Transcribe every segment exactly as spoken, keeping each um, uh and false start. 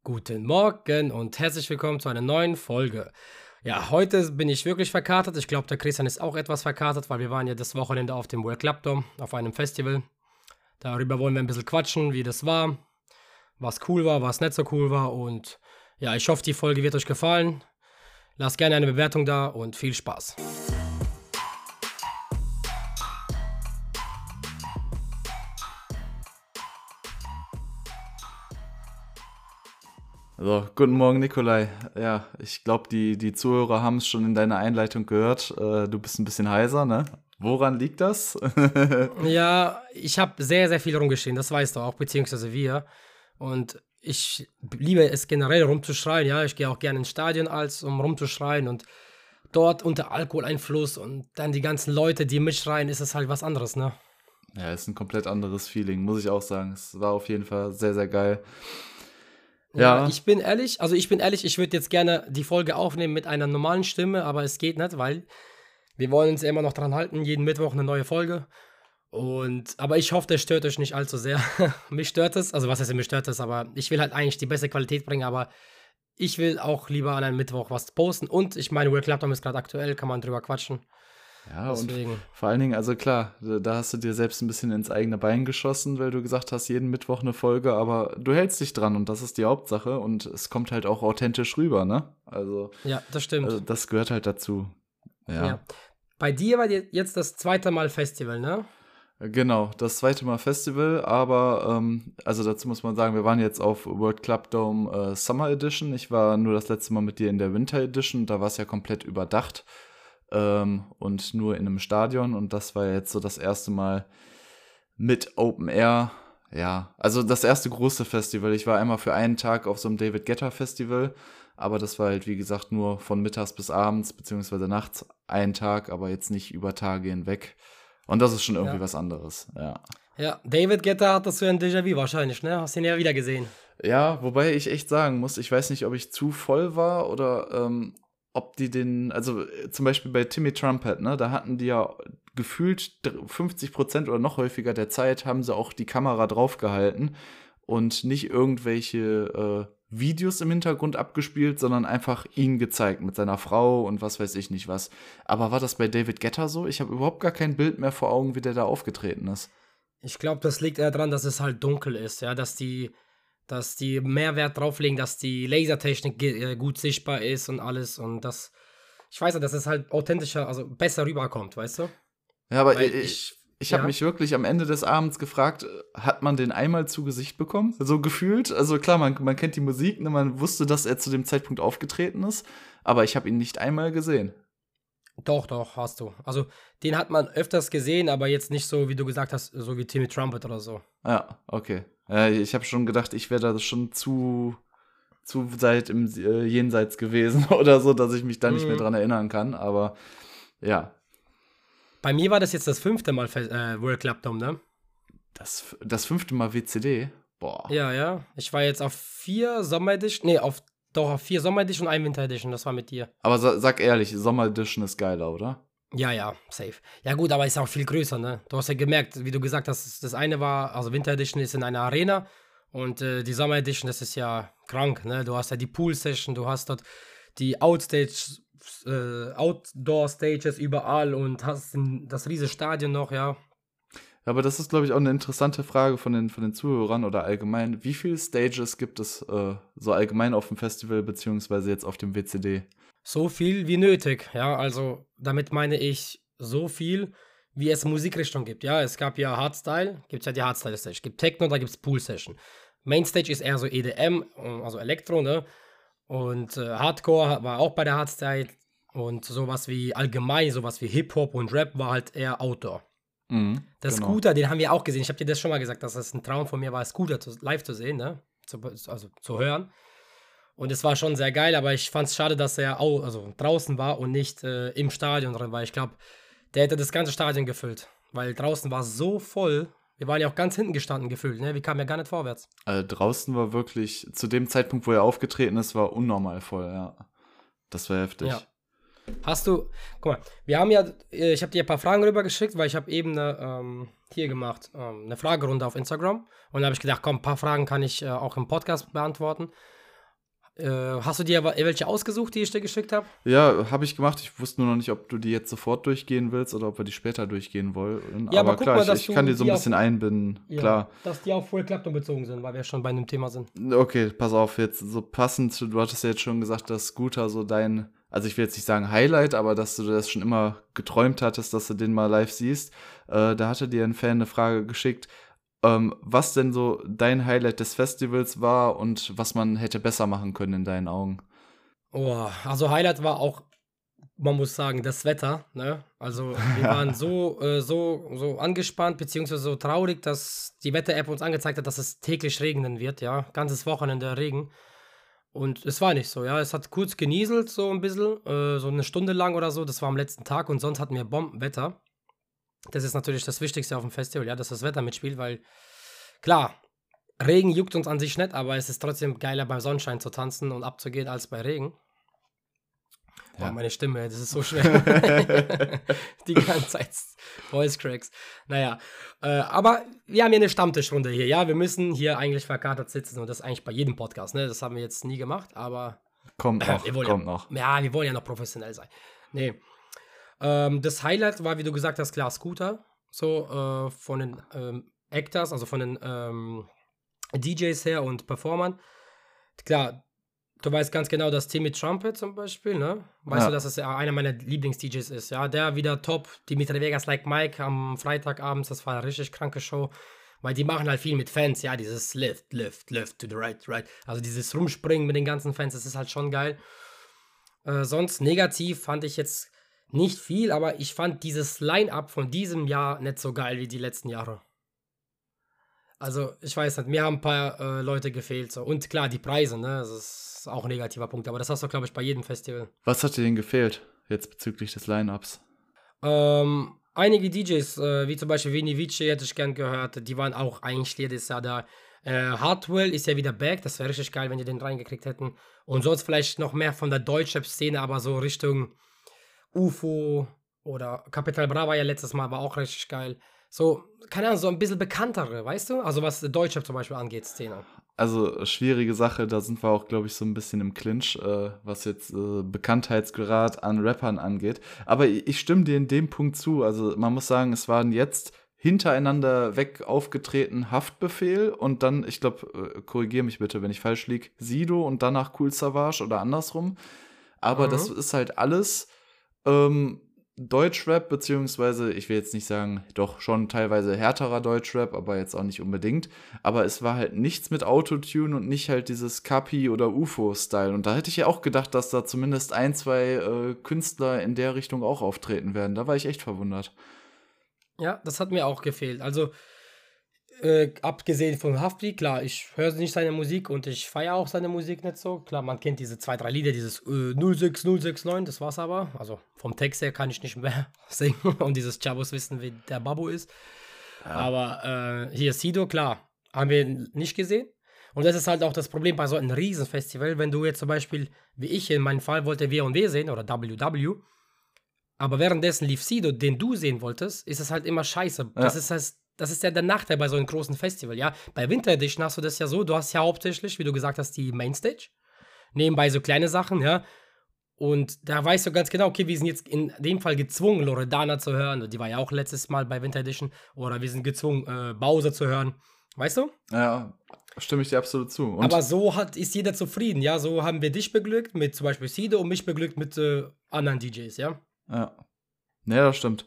Guten Morgen und herzlich willkommen zu einer neuen Folge. Ja, heute bin ich wirklich verkatert. Ich glaube, der Christian ist auch etwas verkatert, weil wir waren ja das Wochenende auf dem World Club Dome, auf einem Festival. Darüber wollen wir ein bisschen quatschen, wie das war, was cool war, was nicht so cool war. Und ja, ich hoffe, die Folge wird euch gefallen. Lasst gerne eine Bewertung da und viel Spaß. So, guten Morgen, Nikolai. Ja, ich glaube, die, die Zuhörer haben es schon in deiner Einleitung gehört. Äh, du bist ein bisschen heiser, ne? Woran liegt das? Ja, ich habe sehr, sehr viel rumgeschrien, das weißt du auch, beziehungsweise wir. Und ich liebe es generell rumzuschreien, ja. Ich gehe auch gerne ins Stadion, als um rumzuschreien. Und dort unter Alkoholeinfluss und dann die ganzen Leute, die mitschreien, ist es halt was anderes, ne? Ja, ist ein komplett anderes Feeling, muss ich auch sagen. Es war auf jeden Fall sehr, sehr geil. Ja, Ja, ich bin ehrlich, also ich bin ehrlich, ich würde jetzt gerne die Folge aufnehmen mit einer normalen Stimme, aber es geht nicht, weil wir wollen uns ja immer noch dran halten, jeden Mittwoch eine neue Folge. Und, aber ich hoffe, das stört euch nicht allzu sehr. Mich stört es, also was heißt, mich stört es, aber ich will halt eigentlich die beste Qualität bringen, aber ich will auch lieber an einem Mittwoch was posten. Und ich meine, World Club Dome ist gerade aktuell, kann man drüber quatschen. ja, und Deswegen. vor allen Dingen, also klar, da da hast du dir selbst ein bisschen ins eigene Bein geschossen, weil du gesagt hast, jeden Mittwoch eine Folge, aber du hältst dich dran und das ist die Hauptsache und es kommt halt auch authentisch rüber, ne? Also, Ja, das also stimmt. das gehört halt dazu. Ja. Ja. Bei dir war je- jetzt das zweite Mal Festival, ne? Genau, das zweite Mal Festival, aber ähm, also dazu muss man sagen, wir waren jetzt auf World Club Dome äh, Summer Edition. Ich war nur das letzte Mal mit dir in der Winter Edition, da war es ja komplett überdacht ähm, und nur in einem Stadion und das war jetzt so das erste Mal mit Open Air. Ja, also das erste große Festival. Ich war einmal für einen Tag auf so einem David Guetta Festival, aber das war halt wie gesagt nur von mittags bis abends beziehungsweise nachts ein Tag, aber jetzt nicht über Tage hinweg. Und das ist schon irgendwie Ja. was anderes, ja. Ja, David Guetta hat das für ein Déjà-vu wahrscheinlich, ne? Hast ihn ja wieder gesehen. Ja, wobei ich echt sagen muss, ich weiß nicht, ob ich zu voll war oder ähm, ob die den, also äh, zum Beispiel bei Timmy Trumpet, ne, da hatten die ja gefühlt dr- fünfzig Prozent oder noch häufiger der Zeit haben sie auch die Kamera draufgehalten und nicht irgendwelche äh, Videos im Hintergrund abgespielt, sondern einfach ihn gezeigt mit seiner Frau und was weiß ich nicht was. Aber war das bei David Guetta so? Ich habe überhaupt gar kein Bild mehr vor Augen, wie der da aufgetreten ist. Ich glaube, das liegt eher daran, dass es halt dunkel ist, ja, dass die, dass die mehr Wert drauf legen, dass die Lasertechnik ge- äh, gut sichtbar ist und alles und das, ich weiß ja, dass es halt authentischer, also besser rüberkommt, weißt du? Ja, aber Weil ich, ich, ich habe ja, mich wirklich am Ende des Abends gefragt, äh, hat man den einmal zu Gesicht bekommen? So gefühlt. Also klar, man, man kennt die Musik, ne, man wusste, dass er zu dem Zeitpunkt aufgetreten ist, aber ich habe ihn nicht einmal gesehen. doch, doch, hast du. Also, den hat man öfters gesehen, aber jetzt nicht so, wie du gesagt hast, so wie Timmy Trumpet oder so. Ja, okay. Äh, ich habe schon gedacht, ich wäre da schon zu, zu weit im äh, Jenseits gewesen oder so, dass ich mich da nicht mehr Mhm. dran erinnern kann, aber ja. Bei mir war das jetzt das fünfte Mal Fe- äh, World Club Dome, ne? Das, das fünfte Mal W C D? Boah. Ja, ja. Ich war jetzt auf vier Sommer Edition, nee, auf, doch, auf vier Sommer Edition und ein Winter Edition, das war mit dir. Aber sa sag ehrlich, Sommer Edition ist geiler, oder? Ja, ja, safe. Ja gut, aber ist auch viel größer, ne? Du hast ja gemerkt, wie du gesagt hast, das eine war, also Winter Edition ist in einer Arena und äh, die Sommer Edition, das ist ja krank, ne? Du hast ja die Pool Session, du hast dort die Outstage, äh, Outdoor Stages überall und hast den, das riesige Stadion noch, ja. Aber das ist, glaube ich, auch eine interessante Frage von den, von den Zuhörern oder allgemein. Wie viele Stages gibt es äh, so allgemein auf dem Festival, beziehungsweise jetzt auf dem W C D? So viel wie nötig, ja. Also damit meine ich so viel, wie es Musikrichtung gibt, ja. Es gab ja Hardstyle, gibt ja die Hardstyle Stage, es gibt Techno, da gibt es Pool Session. Mainstage ist eher so E D M, also Elektro, ne? Und äh, Hardcore war auch bei der Hardstyle und sowas wie allgemein, sowas wie Hip-Hop und Rap war halt eher Outdoor. Mhm, Der genau. Scooter, den haben wir auch gesehen. Ich habe dir das schon mal gesagt, dass das ein Traum von mir war, Scooter zu, live zu sehen, ne? Zu, also zu hören. Und es war schon sehr geil, aber ich fand es schade, dass er au, also draußen war und nicht äh, im Stadion drin, weil ich glaube, der hätte das ganze Stadion gefüllt. Weil draußen war so voll. Wir waren ja auch ganz hinten gestanden gefühlt, ne? Wir kamen ja gar nicht vorwärts. Also draußen war wirklich, zu dem Zeitpunkt, wo er aufgetreten ist, war unnormal voll, ja. Das war heftig. Ja. Hast du, guck mal, wir haben ja, äh, ich habe dir ein paar Fragen rübergeschickt, weil ich habe eben eine, ähm, hier gemacht, ähm, eine Fragerunde auf Instagram. Und da habe ich gedacht, komm, ein paar Fragen kann ich äh, auch im Podcast beantworten. Äh, hast du dir welche ausgesucht, die ich dir geschickt habe? Ja, habe ich gemacht. Ich wusste nur noch nicht, ob du die jetzt sofort durchgehen willst oder ob wir die später durchgehen wollen. Ja, aber aber guck klar, mal, ich, dass ich du kann die so ein die bisschen auf, einbinden. ja, Klar. dass die auf Full Clapton bezogen sind, weil wir schon bei einem Thema sind. Okay, pass auf, jetzt so passend. Du hattest ja jetzt schon gesagt, dass Scooter so dein, also ich will jetzt nicht sagen Highlight, aber dass du das schon immer geträumt hattest, dass du den mal live siehst. Äh, da hatte dir ein Fan eine Frage geschickt, ähm, was denn so dein Highlight des Festivals war und was man hätte besser machen können in deinen Augen. Oh, also Highlight war auch, man muss sagen, das Wetter, ne? Also wir waren so, äh, so, so angespannt, beziehungsweise so traurig, dass die Wetter-App uns angezeigt hat, dass es täglich regnen wird, ja. Ganzes Wochenende Regen. Und es war nicht so, ja. Es hat kurz genieselt, so ein bisschen, äh, so eine Stunde lang oder so. Das war am letzten Tag und sonst hatten wir Bombenwetter. Das ist natürlich das Wichtigste auf dem Festival, ja, dass das Wetter mitspielt, weil klar, Regen juckt uns an sich nicht, aber es ist trotzdem geiler beim Sonnenschein zu tanzen und abzugehen als bei Regen. Boah, Ja. meine Stimme, das ist so schwer. Die ganze Zeit Voice Cracks. Naja, äh, aber wir haben hier eine Stammtischrunde hier, ja. Wir müssen hier eigentlich verkatert sitzen und das eigentlich bei jedem Podcast, ne? Das haben wir jetzt nie gemacht, aber Kommt noch, wir wollen kommt ja, noch. ja, wir wollen ja noch professionell sein. Nee. Ähm, das Highlight war, wie du gesagt hast, klar, Scooter. So äh, von den ähm, Actors, also von den ähm, D Js her und Performern. Klar, du weißt ganz genau, dass Timmy Trumpet zum Beispiel, ne? Weißt Ja. du, dass es ja einer meiner Lieblings-D Js ist, ja? Der wieder top. Dimitri Vegas Like Mike am Freitagabends, das war eine richtig kranke Show. Weil die machen halt viel mit Fans, ja, dieses Lift, Lift, Lift to the right, right. Also dieses Rumspringen mit den ganzen Fans, das ist halt schon geil. Äh, sonst negativ fand ich jetzt nicht viel, aber ich fand dieses Line-Up von diesem Jahr nicht so geil wie die letzten Jahre. Also, ich weiß nicht, mir haben ein paar äh, Leute gefehlt. So. Und klar, die Preise, ne? Das ist auch ein negativer Punkt, aber das hast du, glaube ich, bei jedem Festival. Was hat dir denn gefehlt, jetzt bezüglich des Line-Ups? Ähm, einige D Js, äh, wie zum Beispiel Vini Vici, hätte ich gern gehört, die waren auch eigentlich jedes Jahr da. Äh, Hardwell ist ja wieder back, das wäre richtig geil, wenn die den reingekriegt hätten. Und sonst vielleicht noch mehr von der Deutschrap-Szene, aber so Richtung U F O oder Capital Bra war ja letztes Mal, war auch richtig geil. So, keine Ahnung, so ein bisschen bekanntere, weißt du? Also was Deutschrap zum Beispiel angeht, Szene. Also, schwierige Sache, da sind wir auch, glaube ich, so ein bisschen im Clinch, äh, was jetzt äh, Bekanntheitsgrad an Rappern angeht. Aber ich, ich stimme dir in dem Punkt zu. Also, man muss sagen, es waren jetzt hintereinander weg aufgetreten Haftbefehl und dann, ich glaube, äh, korrigiere mich bitte, wenn ich falsch liege, Sido und danach Kool Savas oder andersrum. Aber Mhm. das ist halt alles ähm, Deutschrap, beziehungsweise, ich will jetzt nicht sagen, doch schon teilweise härterer Deutschrap, aber jetzt auch nicht unbedingt. Aber es war halt nichts mit Autotune und nicht halt dieses Kapi- oder U F O-Style. Und da hätte ich ja auch gedacht, dass da zumindest ein, zwei äh, Künstler in der Richtung auch auftreten werden. Da war ich echt verwundert. Ja, das hat mir auch gefehlt. Also, äh, abgesehen von Hafti, klar, ich höre nicht seine Musik und ich feiere auch seine Musik nicht so. Klar, man kennt diese zwei, drei Lieder, dieses äh, null sechs null sechs neun, das war's aber. Also vom Text her kann ich nicht mehr singen und dieses Chabos wissen, wie der Babu ist. Aber äh, hier Sido, klar, haben wir nicht gesehen. Und das ist halt auch das Problem bei so einem Riesenfestival, wenn du jetzt zum Beispiel, wie ich in meinem Fall, wollte W und W sehen oder W W, aber währenddessen lief Sido, den du sehen wolltest, ist es halt immer scheiße. Das Ja. ist halt, das ist ja der Nachteil bei so einem großen Festival, ja. Bei Winter Edition hast du das ja so, du hast ja hauptsächlich, wie du gesagt hast, die Mainstage. Nebenbei so kleine Sachen, ja. Und da weißt du ganz genau, okay, wir sind jetzt in dem Fall gezwungen, Loredana zu hören. Die war ja auch letztes Mal bei Winter Edition. Oder wir sind gezwungen, äh, Bowser zu hören. Weißt du? Ja, stimme ich dir absolut zu. Und Aber so hat, ist jeder zufrieden, ja. So haben wir dich beglückt mit zum Beispiel Sido und mich beglückt mit äh, anderen D Js, ja. ja. Ja, das stimmt.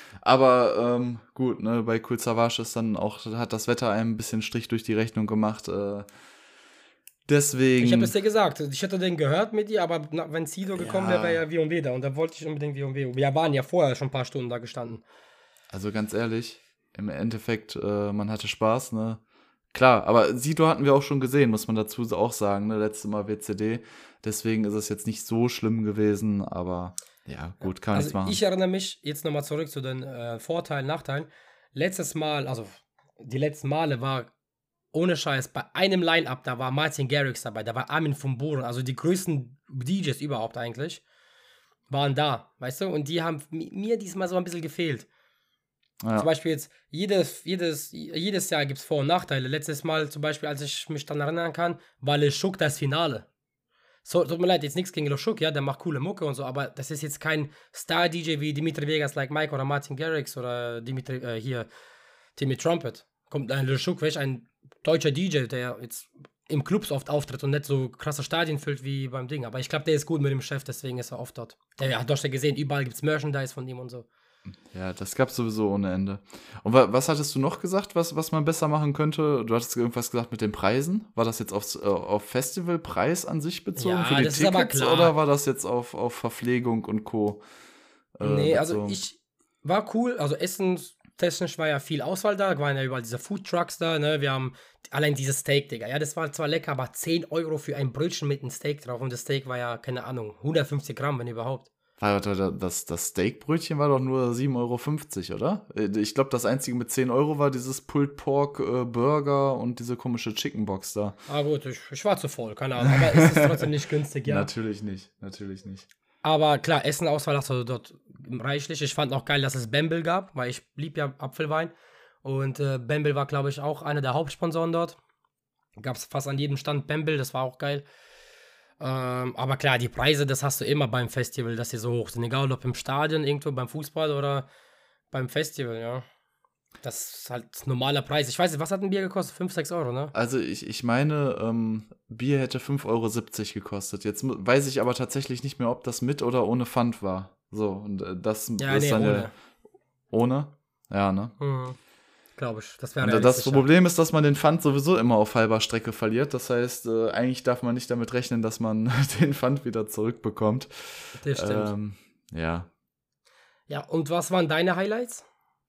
Aber ähm, gut, ne, bei Kool Savas ist dann auch, hat das Wetter einem ein bisschen Strich durch die Rechnung gemacht. Äh, deswegen. Ich habe es dir gesagt, ich hätte den gehört mit dir, aber na, wenn Sido gekommen wäre, Ja. wäre ja W und W da. Und da wollte ich unbedingt W und W. Wir waren ja vorher schon ein paar Stunden da gestanden. Also ganz ehrlich, im Endeffekt, äh, man hatte Spaß, ne? Klar, aber Sido hatten wir auch schon gesehen, muss man dazu auch sagen, ne? Letztes Mal W C D. Deswegen ist es jetzt nicht so schlimm gewesen, aber ja, gut, kann man nichts Also machen. ich erinnere mich jetzt nochmal zurück zu den äh, Vorteilen, Nachteilen. Letztes Mal, also die letzten Male war ohne Scheiß, bei einem Line-Up, da war Martin Garrix dabei, da war Armin von Buuren, also die größten D Js überhaupt eigentlich, waren da, weißt du? Und die haben mi- mir diesmal so ein bisschen gefehlt. Ja. Zum Beispiel jetzt, jedes, jedes, jedes Jahr gibt es Vor- und Nachteile. Letztes Mal zum Beispiel, als ich mich dann erinnern kann, war Le Choc das Finale. So, tut mir leid, jetzt nichts gegen Loschuk, ja, der macht coole Mucke und so, aber das ist jetzt kein Star-D J wie Dimitri Vegas, like Mike oder Martin Garrix oder Dimitri, äh, hier, Timmy Trumpet. Kommt ein Loschuk, welch ein deutscher D J, der jetzt im Clubs oft auftritt und nicht so krasse Stadien füllt wie beim Ding. Aber ich glaube, der ist gut mit dem Chef, deswegen ist er oft dort. Der hat doch schon gesehen, überall gibt es Merchandise von ihm und so. Ja, das gab es sowieso ohne Ende. Und wa- was hattest du noch gesagt, was, was man besser machen könnte? Du hattest irgendwas gesagt mit den Preisen. War das jetzt aufs, äh, auf Festivalpreis an sich bezogen Ja, für die das ist aber Tickets klar. oder war das jetzt auf, auf Verpflegung und Co. äh, Nee, also bezogen? ich war cool, also essenstechnisch war ja viel Auswahl da, waren ja überall diese Food Trucks da, ne, wir haben allein dieses Steak, Digga, ja, das war zwar lecker, aber zehn Euro für ein Brötchen mit einem Steak drauf und das Steak war ja, keine Ahnung, hundertfünfzig Gramm, wenn überhaupt. Warte, warte, das, das Steakbrötchen war doch nur sieben Euro fünfzig, oder? Äh, Ich glaube, das einzige mit zehn Euro war dieses Pulled Pork äh, Burger und diese komische Chicken Box da. Ah gut, ich, ich war zu voll, keine Ahnung, aber es ist trotzdem nicht günstig, ja. Natürlich nicht, natürlich nicht. Aber klar, Essenauswahl hast du dort reichlich. Ich fand auch geil, dass es Bamble gab, weil ich lieb ja Apfelwein. Und äh, Bamble war, glaube ich, auch einer der Hauptsponsoren dort. Gab es fast an jedem Stand Bamble, das war auch geil. Ähm, aber klar, die Preise, das hast du immer beim Festival, dass sie so hoch sind. Egal ob im Stadion, irgendwo beim Fußball oder beim Festival, ja. Das ist halt normaler Preis. Ich weiß nicht, was hat ein Bier gekostet? fünf, sechs Euro, ne? Also ich, ich meine, ähm, Bier hätte fünf Euro siebzig gekostet. Jetzt mu- weiß ich aber tatsächlich nicht mehr, ob das mit oder ohne Pfand war. So, und äh, das Ja, ist nee, dann ohne. ja ohne. Ja, ne? Mhm. Glaube ich. Das wäre Und das realistisch, ja. Problem ist, dass man den Pfand sowieso immer auf halber Strecke verliert. Das heißt, äh, eigentlich darf man nicht damit rechnen, dass man den Pfand wieder zurückbekommt. Das stimmt. Ähm, ja. Ja, und was waren deine Highlights?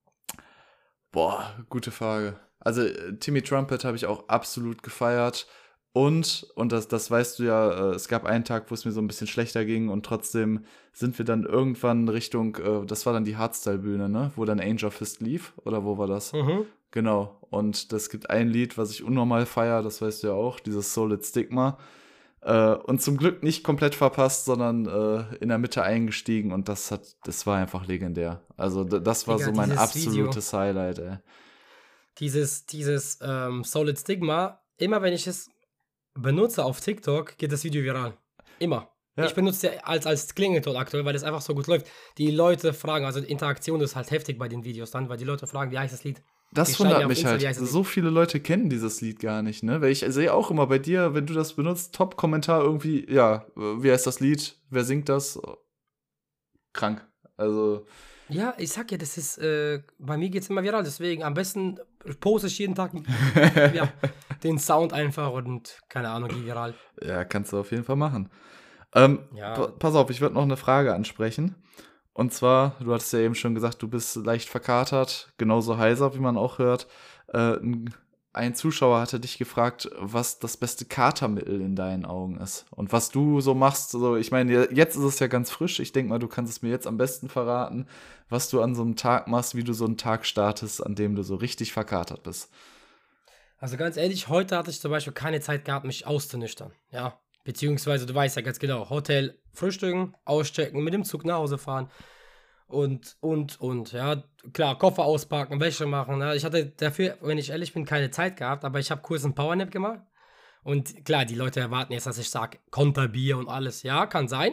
Boah, gute Frage. Also äh, Timmy Trumpet habe ich auch absolut gefeiert. Und, und das, das weißt du ja, äh, es gab einen Tag, wo es mir so ein bisschen schlechter ging und trotzdem sind wir dann irgendwann Richtung, äh, das war dann die Hardstyle-Bühne, ne? Wo dann Angel Fist lief, oder wo war das? Mhm. Genau. Und das gibt ein Lied, was ich unnormal feier, das weißt du ja auch, dieses Solid Stigma. Äh, und zum Glück nicht komplett verpasst, sondern äh, in der Mitte eingestiegen und das hat, das war einfach legendär. Also d- das war Digga, so mein dieses absolutes Highlight, ey. Dieses, dieses ähm, Solid Stigma, immer wenn ich es benutze auf TikTok, geht das Video viral. Immer. Ja. Ich benutze es als, als Klingelton aktuell, weil es einfach so gut läuft. Die Leute fragen, also die Interaktion ist halt heftig bei den Videos dann, weil die Leute fragen, wie heißt das Lied? Das Die schreiben wundert ja auf mich Insta, halt. wie heißt das So viele Leute kennen dieses Lied gar nicht, ne? Weil ich sehe auch immer bei dir, wenn du das benutzt, Top-Kommentar irgendwie, ja, äh, wie heißt das Lied? Wer singt das? Krank. Also, Ja, ich sag ja, das ist, äh, bei mir geht es immer viral, deswegen am besten poste ich jeden Tag ja, den Sound einfach und keine Ahnung, geh viral. ja, kannst du auf jeden Fall machen. Ähm, Ja. pa- pass auf, ich würde noch eine Frage ansprechen. Und zwar, du hattest ja eben schon gesagt, du bist leicht verkatert, genauso heiser, wie man auch hört. Äh, ein, ein Zuschauer hatte dich gefragt, was das beste Katermittel in deinen Augen ist. Und was du so machst, so, ich meine, jetzt ist es ja ganz frisch. Ich denke mal, du kannst es mir jetzt am besten verraten, was du an so einem Tag machst, wie du so einen Tag startest, an dem du so richtig verkatert bist. Also ganz ehrlich, heute hatte ich zum Beispiel keine Zeit gehabt, mich auszunüchtern. Ja, beziehungsweise du weißt ja ganz genau, Hotel, frühstücken, auschecken, mit dem Zug nach Hause fahren und, und, und, ja, klar, Koffer auspacken, Wäsche machen. Ja. Ich hatte dafür, wenn ich ehrlich bin, keine Zeit gehabt, aber ich habe kurz einen Powernap gemacht. Und klar, die Leute erwarten jetzt, dass ich sage, Konterbier und alles. Ja, kann sein,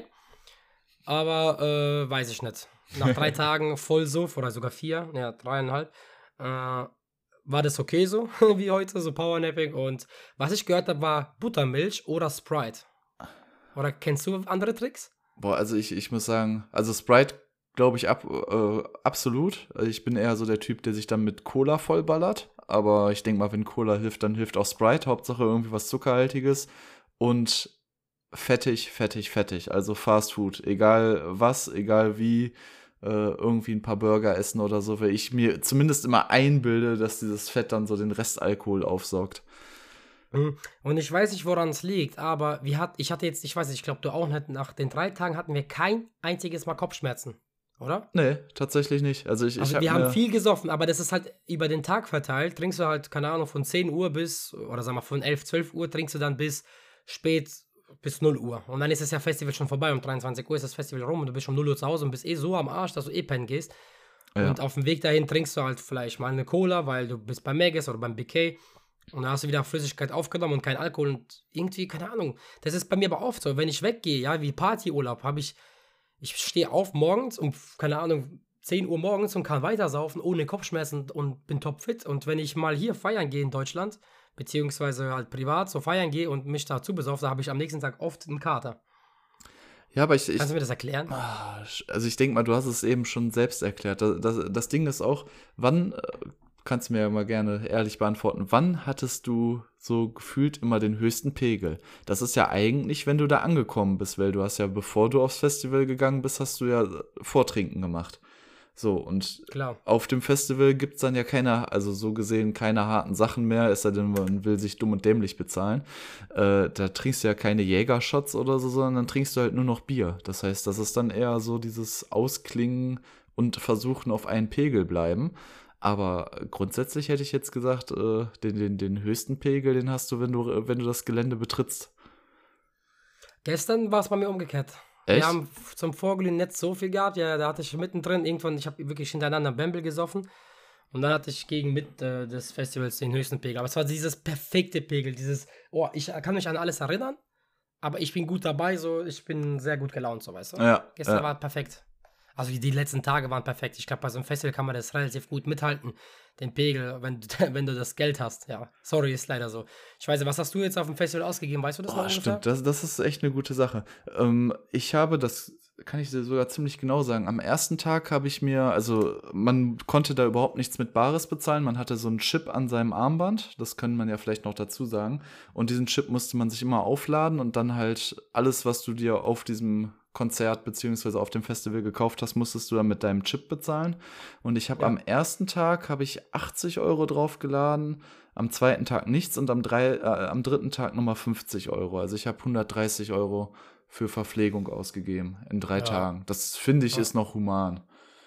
aber äh, weiß ich nicht. Nach drei Tagen Vollsuff oder sogar vier, ja, dreieinhalb, äh, war das okay so, wie heute, so Powernapping. Und was ich gehört habe, war Buttermilch oder Sprite. Oder kennst du andere Tricks? Boah, also ich, ich muss sagen, also Sprite glaube ich ab, äh, absolut. Ich bin eher so der Typ, der sich dann mit Cola vollballert. Aber ich denke mal, wenn Cola hilft, dann hilft auch Sprite. Hauptsache irgendwie was Zuckerhaltiges. Und fettig, fettig, fettig. Also Fast Food. Egal was, egal wie. Äh, irgendwie ein paar Burger essen oder so. Weil ich mir zumindest immer einbilde, dass dieses Fett dann so den Restalkohol aufsaugt. Mhm. Und ich weiß nicht, woran es liegt, aber wir hat, ich hatte jetzt, ich weiß nicht, ich glaube, du auch nicht, nach den drei Tagen hatten wir kein einziges Mal Kopfschmerzen, oder? Nee, tatsächlich nicht. Also ich, Also ich hab wir mir, haben viel gesoffen, aber das ist halt über den Tag verteilt. Trinkst du halt, keine Ahnung, von zehn Uhr bis, oder sag mal, von elf, zwölf Uhr trinkst du dann bis spät, bis null Uhr. Und dann ist das ja Festival schon vorbei. Um dreiundzwanzig Uhr ist das Festival rum und du bist um null Uhr zu Hause und bist eh so am Arsch, dass du eh pennen gehst. Ja. Und auf dem Weg dahin trinkst du halt vielleicht mal eine Cola, weil du bist bei Maggis oder beim B K. Und dann hast du wieder Flüssigkeit aufgenommen und kein Alkohol und irgendwie, keine Ahnung. Das ist bei mir aber oft so. Wenn ich weggehe, ja, wie Partyurlaub, habe ich, ich stehe auf morgens um, keine Ahnung, zehn Uhr morgens und kann weitersaufen ohne Kopfschmerzen und bin topfit. Und wenn ich mal hier feiern gehe in Deutschland, beziehungsweise halt privat so feiern gehe und mich dazu besaufe, da habe ich am nächsten Tag oft einen Kater. Ja, aber ich, ich Kannst du mir das erklären? ah, also ich denke mal, du hast es eben schon selbst erklärt. Das, das, das Ding ist auch, wann, äh, kannst du mir ja mal gerne ehrlich beantworten, wann hattest du so gefühlt immer den höchsten Pegel? Das ist ja eigentlich, wenn du da angekommen bist, weil du hast ja, bevor du aufs Festival gegangen bist, hast du ja Vortrinken gemacht. So, und Klar. auf dem Festival gibt es dann ja keine, also so gesehen keine harten Sachen mehr, es sei denn, man will sich dumm und dämlich bezahlen. Äh, da trinkst du ja keine Jägershots oder so, sondern dann trinkst du halt nur noch Bier. Das heißt, das ist dann eher so dieses Ausklingen und Versuchen auf einen Pegel bleiben. Aber grundsätzlich hätte ich jetzt gesagt, äh, den, den, den höchsten Pegel, den hast du, wenn du, wenn du das Gelände betrittst. Gestern war es bei mir umgekehrt. Echt? Wir haben zum Vorglühen nicht so viel gehabt. Ja, da hatte ich mittendrin irgendwann, ich habe wirklich hintereinander Bembel gesoffen. Und dann hatte ich gegen Mitte äh, des Festivals den höchsten Pegel. Aber es war dieses perfekte Pegel, dieses, oh, ich kann mich an alles erinnern, aber ich bin gut dabei, so, ich bin sehr gut gelaunt, so, weißt du. Ja. Gestern ja. war perfekt. Also die letzten Tage waren perfekt. Ich glaube, bei so einem Festival kann man das relativ gut mithalten, den Pegel, wenn, du- wenn du das Geld hast. Ja, sorry, ist leider so. Ich weiß nicht, was hast du jetzt auf dem Festival ausgegeben? Weißt du das Oh, noch ungefähr? stimmt, das, das ist echt eine gute Sache. Ähm, ich habe, das kann ich dir sogar ziemlich genau sagen, am ersten Tag habe ich mir, also man konnte da überhaupt nichts mit Bares bezahlen, man hatte so einen Chip an seinem Armband, das kann man ja vielleicht noch dazu sagen, und diesen Chip musste man sich immer aufladen und dann halt alles, was du dir auf diesem Konzert beziehungsweise auf dem Festival gekauft hast, musstest du dann mit deinem Chip bezahlen. Und ich habe Ja. am ersten Tag habe ich achtzig Euro draufgeladen, am zweiten Tag nichts und am, drei, äh, am dritten Tag nochmal fünfzig Euro. Also ich habe hundertdreißig Euro für Verpflegung ausgegeben in drei Ja. Tagen. Das finde ich Ja. ist noch human.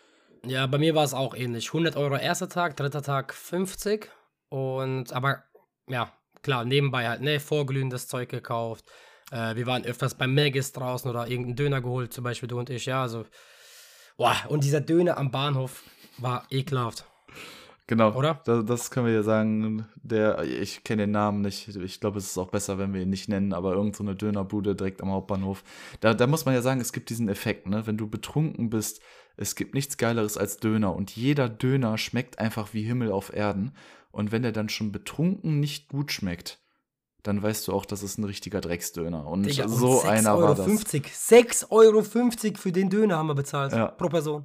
Ja, bei mir war es auch ähnlich. hundert Euro erster Tag, dritter Tag fünfzig. Und, aber, ja, klar, nebenbei halt, ne, vorglühendes Zeug gekauft. Äh, wir waren öfters beim Maggis draußen oder irgendeinen Döner geholt, zum Beispiel du und ich, ja, also. Boah, und dieser Döner am Bahnhof war ekelhaft. Genau, Oder? Das, das können wir ja sagen. Der, ich kenne den Namen nicht. Ich glaube, es ist auch besser, wenn wir ihn nicht nennen, aber irgend so eine Dönerbude direkt am Hauptbahnhof. Da, da muss man ja sagen, es gibt diesen Effekt, ne? Wenn du betrunken bist, es gibt nichts Geileres als Döner und jeder Döner schmeckt einfach wie Himmel auf Erden. Und wenn der dann schon betrunken nicht gut schmeckt, dann weißt du auch, das ist ein richtiger Drecksdöner. Und Digga, und so einer war das. sechs Euro fünfzig für den Döner haben wir bezahlt, Ja. pro Person.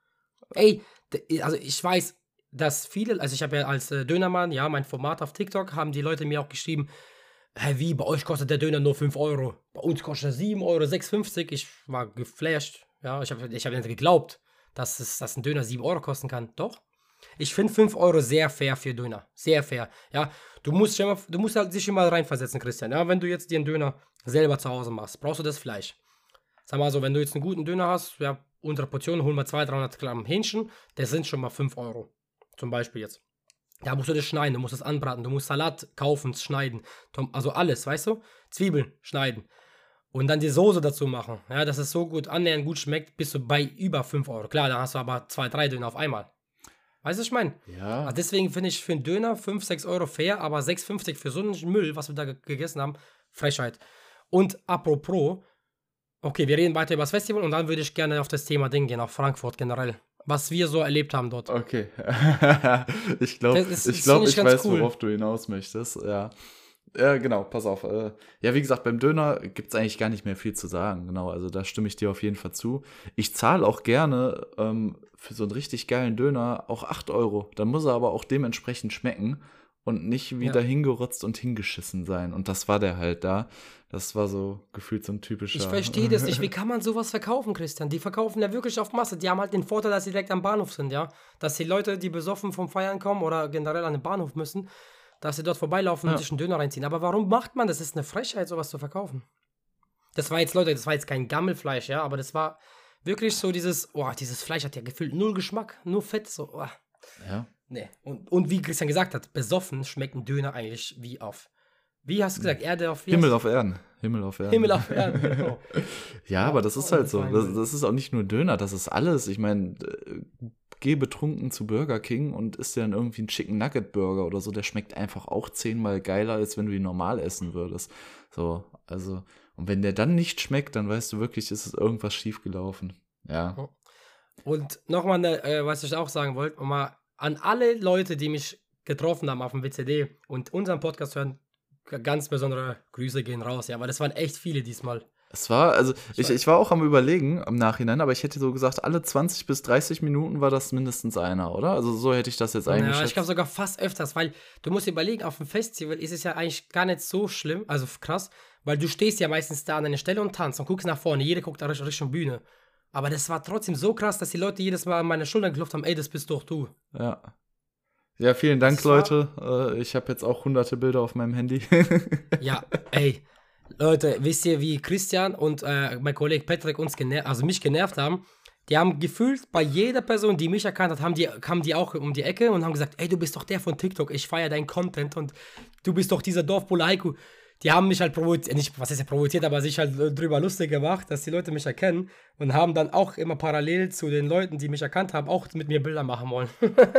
Ey, d- also ich weiß, dass viele, also ich habe ja als äh, Dönermann, ja, mein Format auf TikTok, haben die Leute mir auch geschrieben, hä, wie, bei euch kostet der Döner nur fünf Euro, bei uns kostet er sieben Euro, sechs fünfzig. Ich war geflasht, ja, ich habe ich hab nicht geglaubt, dass, es, dass ein Döner sieben Euro kosten kann. Doch, ich finde fünf Euro sehr fair für Döner, sehr fair, ja. Du musst, schon mal, du musst halt sich immer reinversetzen, Christian, ja, wenn du jetzt dir einen Döner selber zu Hause machst, brauchst du das Fleisch. Sag mal so, wenn du jetzt einen guten Döner hast, ja, untere Portion, holen wir zweihundert, dreihundert Gramm Hähnchen, das sind schon mal fünf Euro. Zum Beispiel jetzt. Da musst du das schneiden, du musst das anbraten, du musst Salat kaufen, schneiden. Tom- Also alles, weißt du? Zwiebeln schneiden. Und dann die Soße dazu machen. Ja, dass es so gut annähernd gut schmeckt, bist du bei über fünf Euro. Klar, dann hast du aber zwei, drei Döner auf einmal. Weißt du, was ich meine? Ja. Also deswegen finde ich für einen Döner fünf, sechs Euro fair, aber sechs fünfzig für so einen Müll, was wir da ge- gegessen haben, Frechheit. Und apropos, okay, wir reden weiter über das Festival und dann würde ich gerne auf das Thema Ding gehen, auf Frankfurt generell. Was wir so erlebt haben dort. Okay. ich glaube, Das ist- ich, das glaub, finde ich ich ganz weiß, cool. worauf du hinaus möchtest. Ja. Ja, genau, pass auf. Äh, ja, wie gesagt, beim Döner gibt es eigentlich gar nicht mehr viel zu sagen. Genau, also da stimme ich dir auf jeden Fall zu. Ich zahle auch gerne ähm, für so einen richtig geilen Döner auch acht Euro. Dann muss er aber auch dementsprechend schmecken und nicht wieder Ja. hingerotzt und hingeschissen sein. Und das war der halt da. Das war so gefühlt so ein typischer. Ich verstehe das nicht. Wie kann man sowas verkaufen, Christian? Die verkaufen ja wirklich auf Masse. Die haben halt den Vorteil, dass sie direkt am Bahnhof sind, ja. Dass die Leute, die besoffen vom Feiern kommen oder generell an den Bahnhof müssen, dass sie dort vorbeilaufen Ja. und sich einen Döner reinziehen. Aber warum macht man das? Das ist eine Frechheit, sowas zu verkaufen. Das war jetzt, Leute, das war jetzt kein Gammelfleisch, ja, aber das war wirklich so dieses, oh, dieses Fleisch hat ja gefühlt null Geschmack, nur Fett, so, oh. Ja. Nee. Und, und wie Christian gesagt hat, besoffen schmeckt ein Döner eigentlich wie auf, wie hast du gesagt, Erde auf wie Himmel heißt- auf Erden. Himmel auf Erden. Himmel auf Erden, genau. Ja, aber das ist oh, halt so. fein, Das, Mann. das ist auch nicht nur Döner, das ist alles. Ich meine, äh, gehe betrunken zu Burger King und isst dir dann irgendwie einen Chicken Nugget Burger oder so, der schmeckt einfach auch zehnmal geiler, als wenn du ihn normal essen würdest. So, also, und wenn der dann nicht schmeckt, dann weißt du wirklich, ist es irgendwas schiefgelaufen. Ja. Und nochmal, äh, was ich auch sagen wollte, mal an alle Leute, die mich getroffen haben auf dem W C D und unseren Podcast hören, ganz besondere Grüße gehen raus, ja, weil das waren echt viele diesmal. Es war, also ich, ich war auch am Überlegen im Nachhinein, aber ich hätte so gesagt, alle zwanzig bis dreißig Minuten war das mindestens einer, oder? Also so hätte ich das jetzt eingeschätzt. Ja, ich glaube sogar fast öfters, weil du musst dir überlegen, auf dem Festival ist es ja eigentlich gar nicht so schlimm, also krass, weil du stehst ja meistens da an einer Stelle und tanzt und guckst nach vorne, jeder guckt da Richtung Bühne. Aber das war trotzdem so krass, dass die Leute jedes Mal an meine Schultern geklopft haben, ey, das bist doch du. Ja. Ja, vielen Dank, Leute. Äh, ich habe jetzt auch hunderte Bilder auf meinem Handy. Ja, ey. Leute, wisst ihr, wie Christian und äh, mein Kollege Patrick uns genervt, also mich genervt haben? Die haben gefühlt, bei jeder Person, die mich erkannt hat, haben die, kamen die auch um die Ecke und haben gesagt, ey, du bist doch der von TikTok, ich feiere deinen Content und du bist doch dieser Dorfbulle Heiko. Die haben mich halt provoziert, nicht, was ist ja provoziert, aber sich halt drüber lustig gemacht, dass die Leute mich erkennen und haben dann auch immer parallel zu den Leuten, die mich erkannt haben, auch mit mir Bilder machen wollen.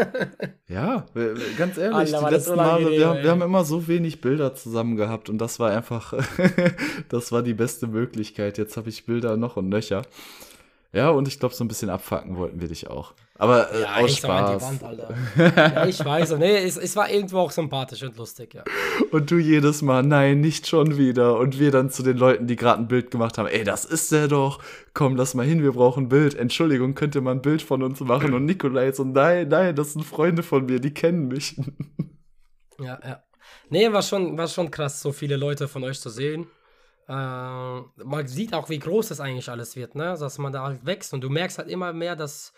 Ja, ganz ehrlich, Alter, die letzten Male, wir, haben- wir haben immer so wenig Bilder zusammen gehabt und das war einfach, das war die beste Möglichkeit. Jetzt habe ich Bilder noch und nöcher. Ja, und ich glaube, so ein bisschen abfacken wollten wir dich auch. Aber äh, aus ich sag an die Spaß. Wand, Alter. Ja, ich weiß, nee, es, es war irgendwo auch sympathisch und lustig, ja. Und du jedes Mal, nein, nicht schon wieder. Und wir dann zu den Leuten, die gerade ein Bild gemacht haben, ey, das ist der doch. Komm, lass mal hin, wir brauchen ein Bild. Entschuldigung, könnt ihr mal ein Bild von uns machen? Und Nikolai so, nein, nein, das sind Freunde von mir, die kennen mich. Ja, ja. Nee, war schon, war schon krass, so viele Leute von euch zu sehen. Äh, man sieht auch, wie groß das eigentlich alles wird, ne? Dass man da halt wächst und du merkst halt immer mehr, dass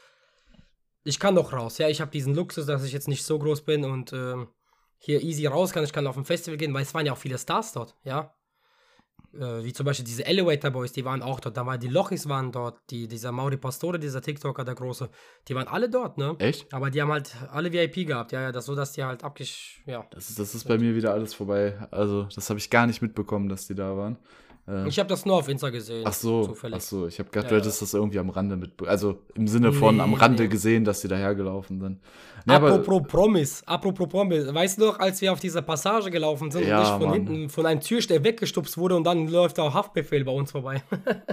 ich kann doch raus. Ja, ich habe diesen Luxus, dass ich jetzt nicht so groß bin und ähm, hier easy raus kann. Ich kann auf ein Festival gehen, weil es waren ja auch viele Stars dort, ja. Äh, wie zum Beispiel diese Elevator Boys, die waren auch dort. Da waren die Lochis waren dort, die, dieser Mauri Pastore, dieser TikToker, der Große, die waren alle dort, ne? Echt? Aber die haben halt alle V I P gehabt, ja, ja, das so, dass die halt abgesch... Ja. Das ist, das ist bei mir wieder alles vorbei. Also, das habe ich gar nicht mitbekommen, dass die da waren. Äh, Ich habe das nur auf Insta gesehen. ach so, zufällig. ach so. Ich habe gedacht, Ja, du ja. hättest das irgendwie am Rande mitbekommen. Also, im Sinne von Nee, am Rande nee. gesehen, dass die dahergelaufen sind. Nee, aber, Apropos Promis, apropos Promis, weißt du noch, als wir auf dieser Passage gelaufen sind Ja, und ich von Mann. hinten von einem Türsteher weggestupst wurde und dann läuft auch Haftbefehl bei uns vorbei.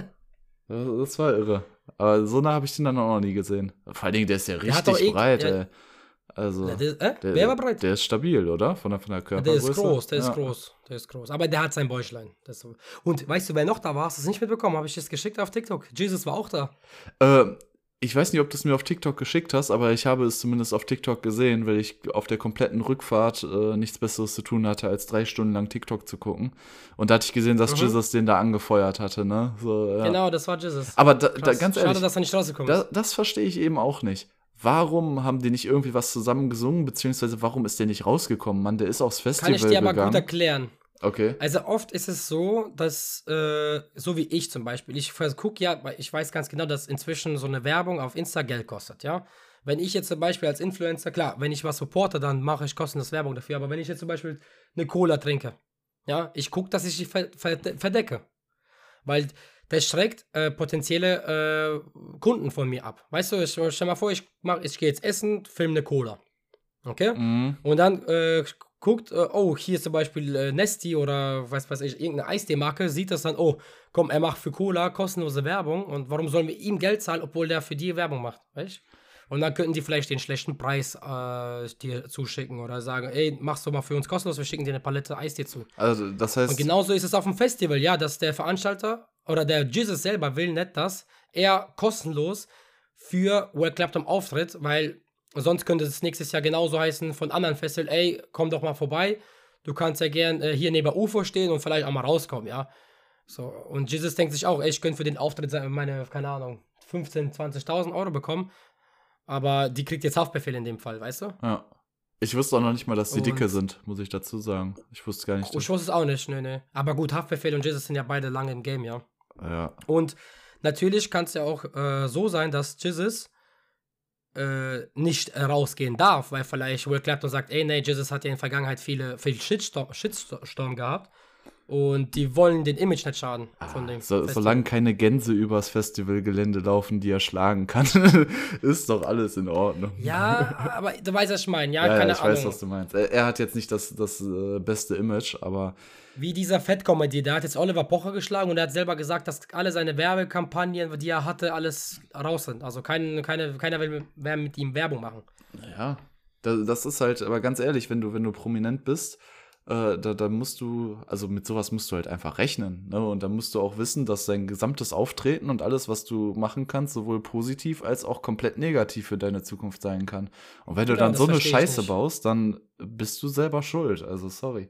das, das war irre. Aber so nah habe ich den dann auch noch nie gesehen. Vor allen Dingen, der ist ja Der hat doch richtig eh- breit, ja. ey. Also, Ja, der, äh? der, Wer war breit? Der ist stabil, oder? Von der, von der Ja, Körpergröße. der ist groß, der ist Ja. groß, der ist groß. Aber der hat sein Bäuchlein. Das so. Und weißt du, wer noch da war? Hast du es nicht mitbekommen? Habe ich das geschickt auf TikTok? Jesus war auch da. Äh, ich weiß nicht, ob du es mir auf TikTok geschickt hast, aber ich habe es zumindest auf TikTok gesehen, weil ich auf der kompletten Rückfahrt äh, nichts Besseres zu tun hatte, als drei Stunden lang TikTok zu gucken. Und da hatte ich gesehen, dass Mhm. Jesus den da angefeuert hatte, ne? So, ja. Genau, das war Jesus. Aber da, da, Krass. ganz Schade, ehrlich, dass er nicht rausgekommen da, ist. das verstehe ich eben auch nicht. Warum haben die nicht irgendwie was zusammen gesungen, beziehungsweise warum ist der nicht rausgekommen? Mann, der ist aufs Festival Kann ich dir aber gegangen. gut erklären. Okay. Also oft ist es so, dass, äh, so wie ich zum Beispiel, ich gucke ja, weil ich weiß ganz genau, dass inzwischen so eine Werbung auf Insta Geld kostet, ja. Wenn ich jetzt zum Beispiel als Influencer, klar, wenn ich was supporte, dann mache ich kostenlos Werbung dafür, aber wenn ich jetzt zum Beispiel eine Cola trinke, ja, ich gucke, dass ich die ver ver verdecke. Weil das schreckt äh, potenzielle äh, Kunden von mir ab. Weißt du, ich, stell mal vor, ich, mach- ich gehe jetzt essen, filme eine Cola. Okay? Mhm. Und dann äh, guckt, äh, oh, hier ist zum Beispiel äh, Nesti oder was weiß ich, irgendeine Eistee-Marke, sieht das dann, oh, komm, er macht für Cola kostenlose Werbung und warum sollen wir ihm Geld zahlen, obwohl der für die Werbung macht, weißt? Und dann könnten die vielleicht den schlechten Preis äh, dir zuschicken oder sagen, ey, machst du mal für uns kostenlos, wir schicken dir eine Palette Eistee zu. Also, das heißt. Und genauso ist es auf dem Festival, ja, dass der Veranstalter oder der Jesus selber will nicht, dass er kostenlos für World Clapton auftritt, weil sonst könnte es nächstes Jahr genauso heißen von anderen Festivals, ey, komm doch mal vorbei, du kannst ja gern äh, hier neben U F O stehen und vielleicht auch mal rauskommen, ja. So, und Jesus denkt sich auch, ey, ich könnte für den Auftritt meine, keine Ahnung, fünfzehntausend, zwanzigtausend Euro bekommen, aber die kriegt jetzt Haftbefehl in dem Fall, weißt du? Ja. Ich wusste auch noch nicht mal, dass die Und- dicke sind, muss ich dazu sagen. Ich wusste gar nicht. Ich Dass, wusste es auch nicht, nee, nee. Aber gut, Haftbefehl und Jesus sind ja beide lange im Game, ja. ja. Und natürlich kann es ja auch äh, so sein, dass Jesus äh, nicht äh, rausgehen darf, weil vielleicht Will Clapton sagt, ey, nee, Jesus hat ja in der Vergangenheit viele, viel Shitstorm, Shitstorm gehabt. Und die wollen den Image nicht schaden von Ah, dem so, Festival. solange keine Gänse übers Festivalgelände laufen, die er schlagen kann, ist doch alles in Ordnung. Ja, aber du weißt, was ich meine. Ja, Ja, ja, keine ich Ahnung. weiß, was du meinst. Er, er hat jetzt nicht das, das äh, beste Image, aber Wie dieser Fett-Comedy, der hat jetzt Oliver Pocher geschlagen und er hat selber gesagt, dass alle seine Werbekampagnen, die er hatte, alles raus sind. Also kein, keine, keiner will mehr mit ihm Werbung machen. ja, das, das ist halt, aber ganz ehrlich, wenn du, wenn du prominent bist, äh, da, da musst du, also mit sowas musst du halt einfach rechnen, ne? Und da musst du auch wissen, dass dein gesamtes Auftreten und alles, was du machen kannst, sowohl positiv als auch komplett negativ für deine Zukunft sein kann. Und wenn du Ja, dann das so eine verstehe ich Scheiße nicht. baust, dann bist du selber schuld. Also sorry.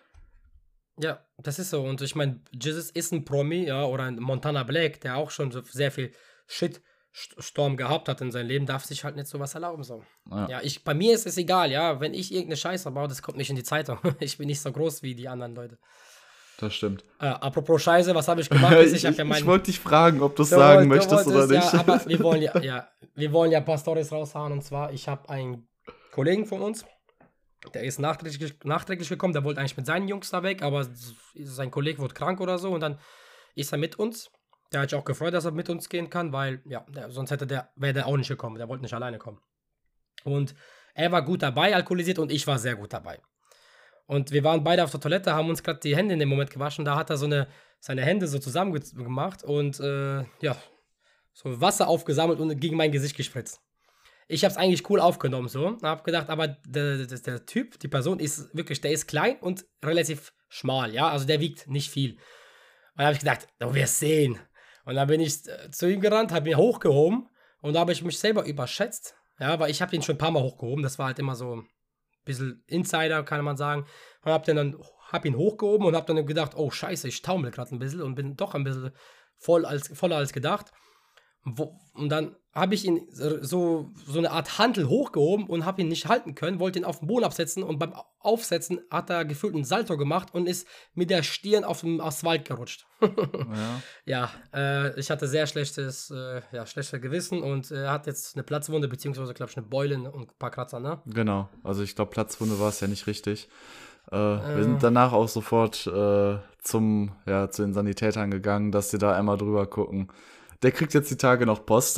Ja, das ist so. Und ich meine, Jesus ist ein Promi, ja, oder ein Montana Black, der auch schon so sehr viel Shitstorm gehabt hat in seinem Leben, darf sich halt nicht sowas erlauben. So. Ja, Ja, ich, bei mir ist es egal, ja, wenn ich irgendeine Scheiße baue, das kommt nicht in die Zeitung. Ich bin nicht so groß wie die anderen Leute. das stimmt. Äh, apropos Scheiße, was habe ich gemacht? Ist, ich ich habe ich, ja ich meinen. wollte dich fragen, ob du es Du sagen wollt- du möchtest oder wolltest, nicht. Ja, aber wir wollen ja, ja, wir wollen ja ein paar Storys raushauen. Und zwar, ich habe einen Kollegen von uns, der ist nachträglich, nachträglich gekommen, der wollte eigentlich mit seinen Jungs da weg, aber s- sein Kollege wurde krank oder so und dann ist er mit uns. Der hat sich auch gefreut, dass er mit uns gehen kann, weil, ja, der, sonst hätte der, wäre der auch nicht gekommen. Der wollte nicht alleine kommen. Und er war gut dabei, alkoholisiert, und ich war sehr gut dabei. Und wir waren beide auf der Toilette, haben uns gerade die Hände in dem Moment gewaschen. Da hat er so eine, seine Hände so zusammen gemacht und äh, ja, so Wasser aufgesammelt und gegen mein Gesicht gespritzt. Ich habe es eigentlich cool aufgenommen, so. Hab gedacht, aber der, der, der Typ, die Person ist wirklich, der ist klein und relativ schmal, ja. Also der wiegt nicht viel. Und da habe ich gedacht, du wirst sehen. Und dann bin ich äh, zu ihm gerannt, habe ihn hochgehoben und da habe ich mich selber überschätzt. Ja, weil ich habe ihn schon ein paar Mal hochgehoben. Das war halt immer so ein bisschen Insider, kann man sagen. Und hab den dann hab ihn hochgehoben und hab dann gedacht, oh scheiße, ich taumel gerade ein bisschen und bin doch ein bisschen voll als, voller als gedacht. Wo, und dann habe ich ihn so, so eine Art Hantel hochgehoben und habe ihn nicht halten können, wollte ihn auf den Boden absetzen und beim Aufsetzen hat er gefühlt einen Salto gemacht und ist mit der Stirn auf dem Asphalt gerutscht. Ja. Ja, äh, ich hatte sehr schlechtes, äh, ja, schlechtes Gewissen und er hat jetzt eine Platzwunde, beziehungsweise, glaube ich, eine Beule und ein paar Kratzer, ne? Genau, also ich glaube, Platzwunde war es ja nicht richtig. Äh, wir Äh. sind danach auch sofort äh, zum, ja, zu den Sanitätern gegangen, dass sie da einmal drüber gucken. Der kriegt jetzt die Tage noch Post.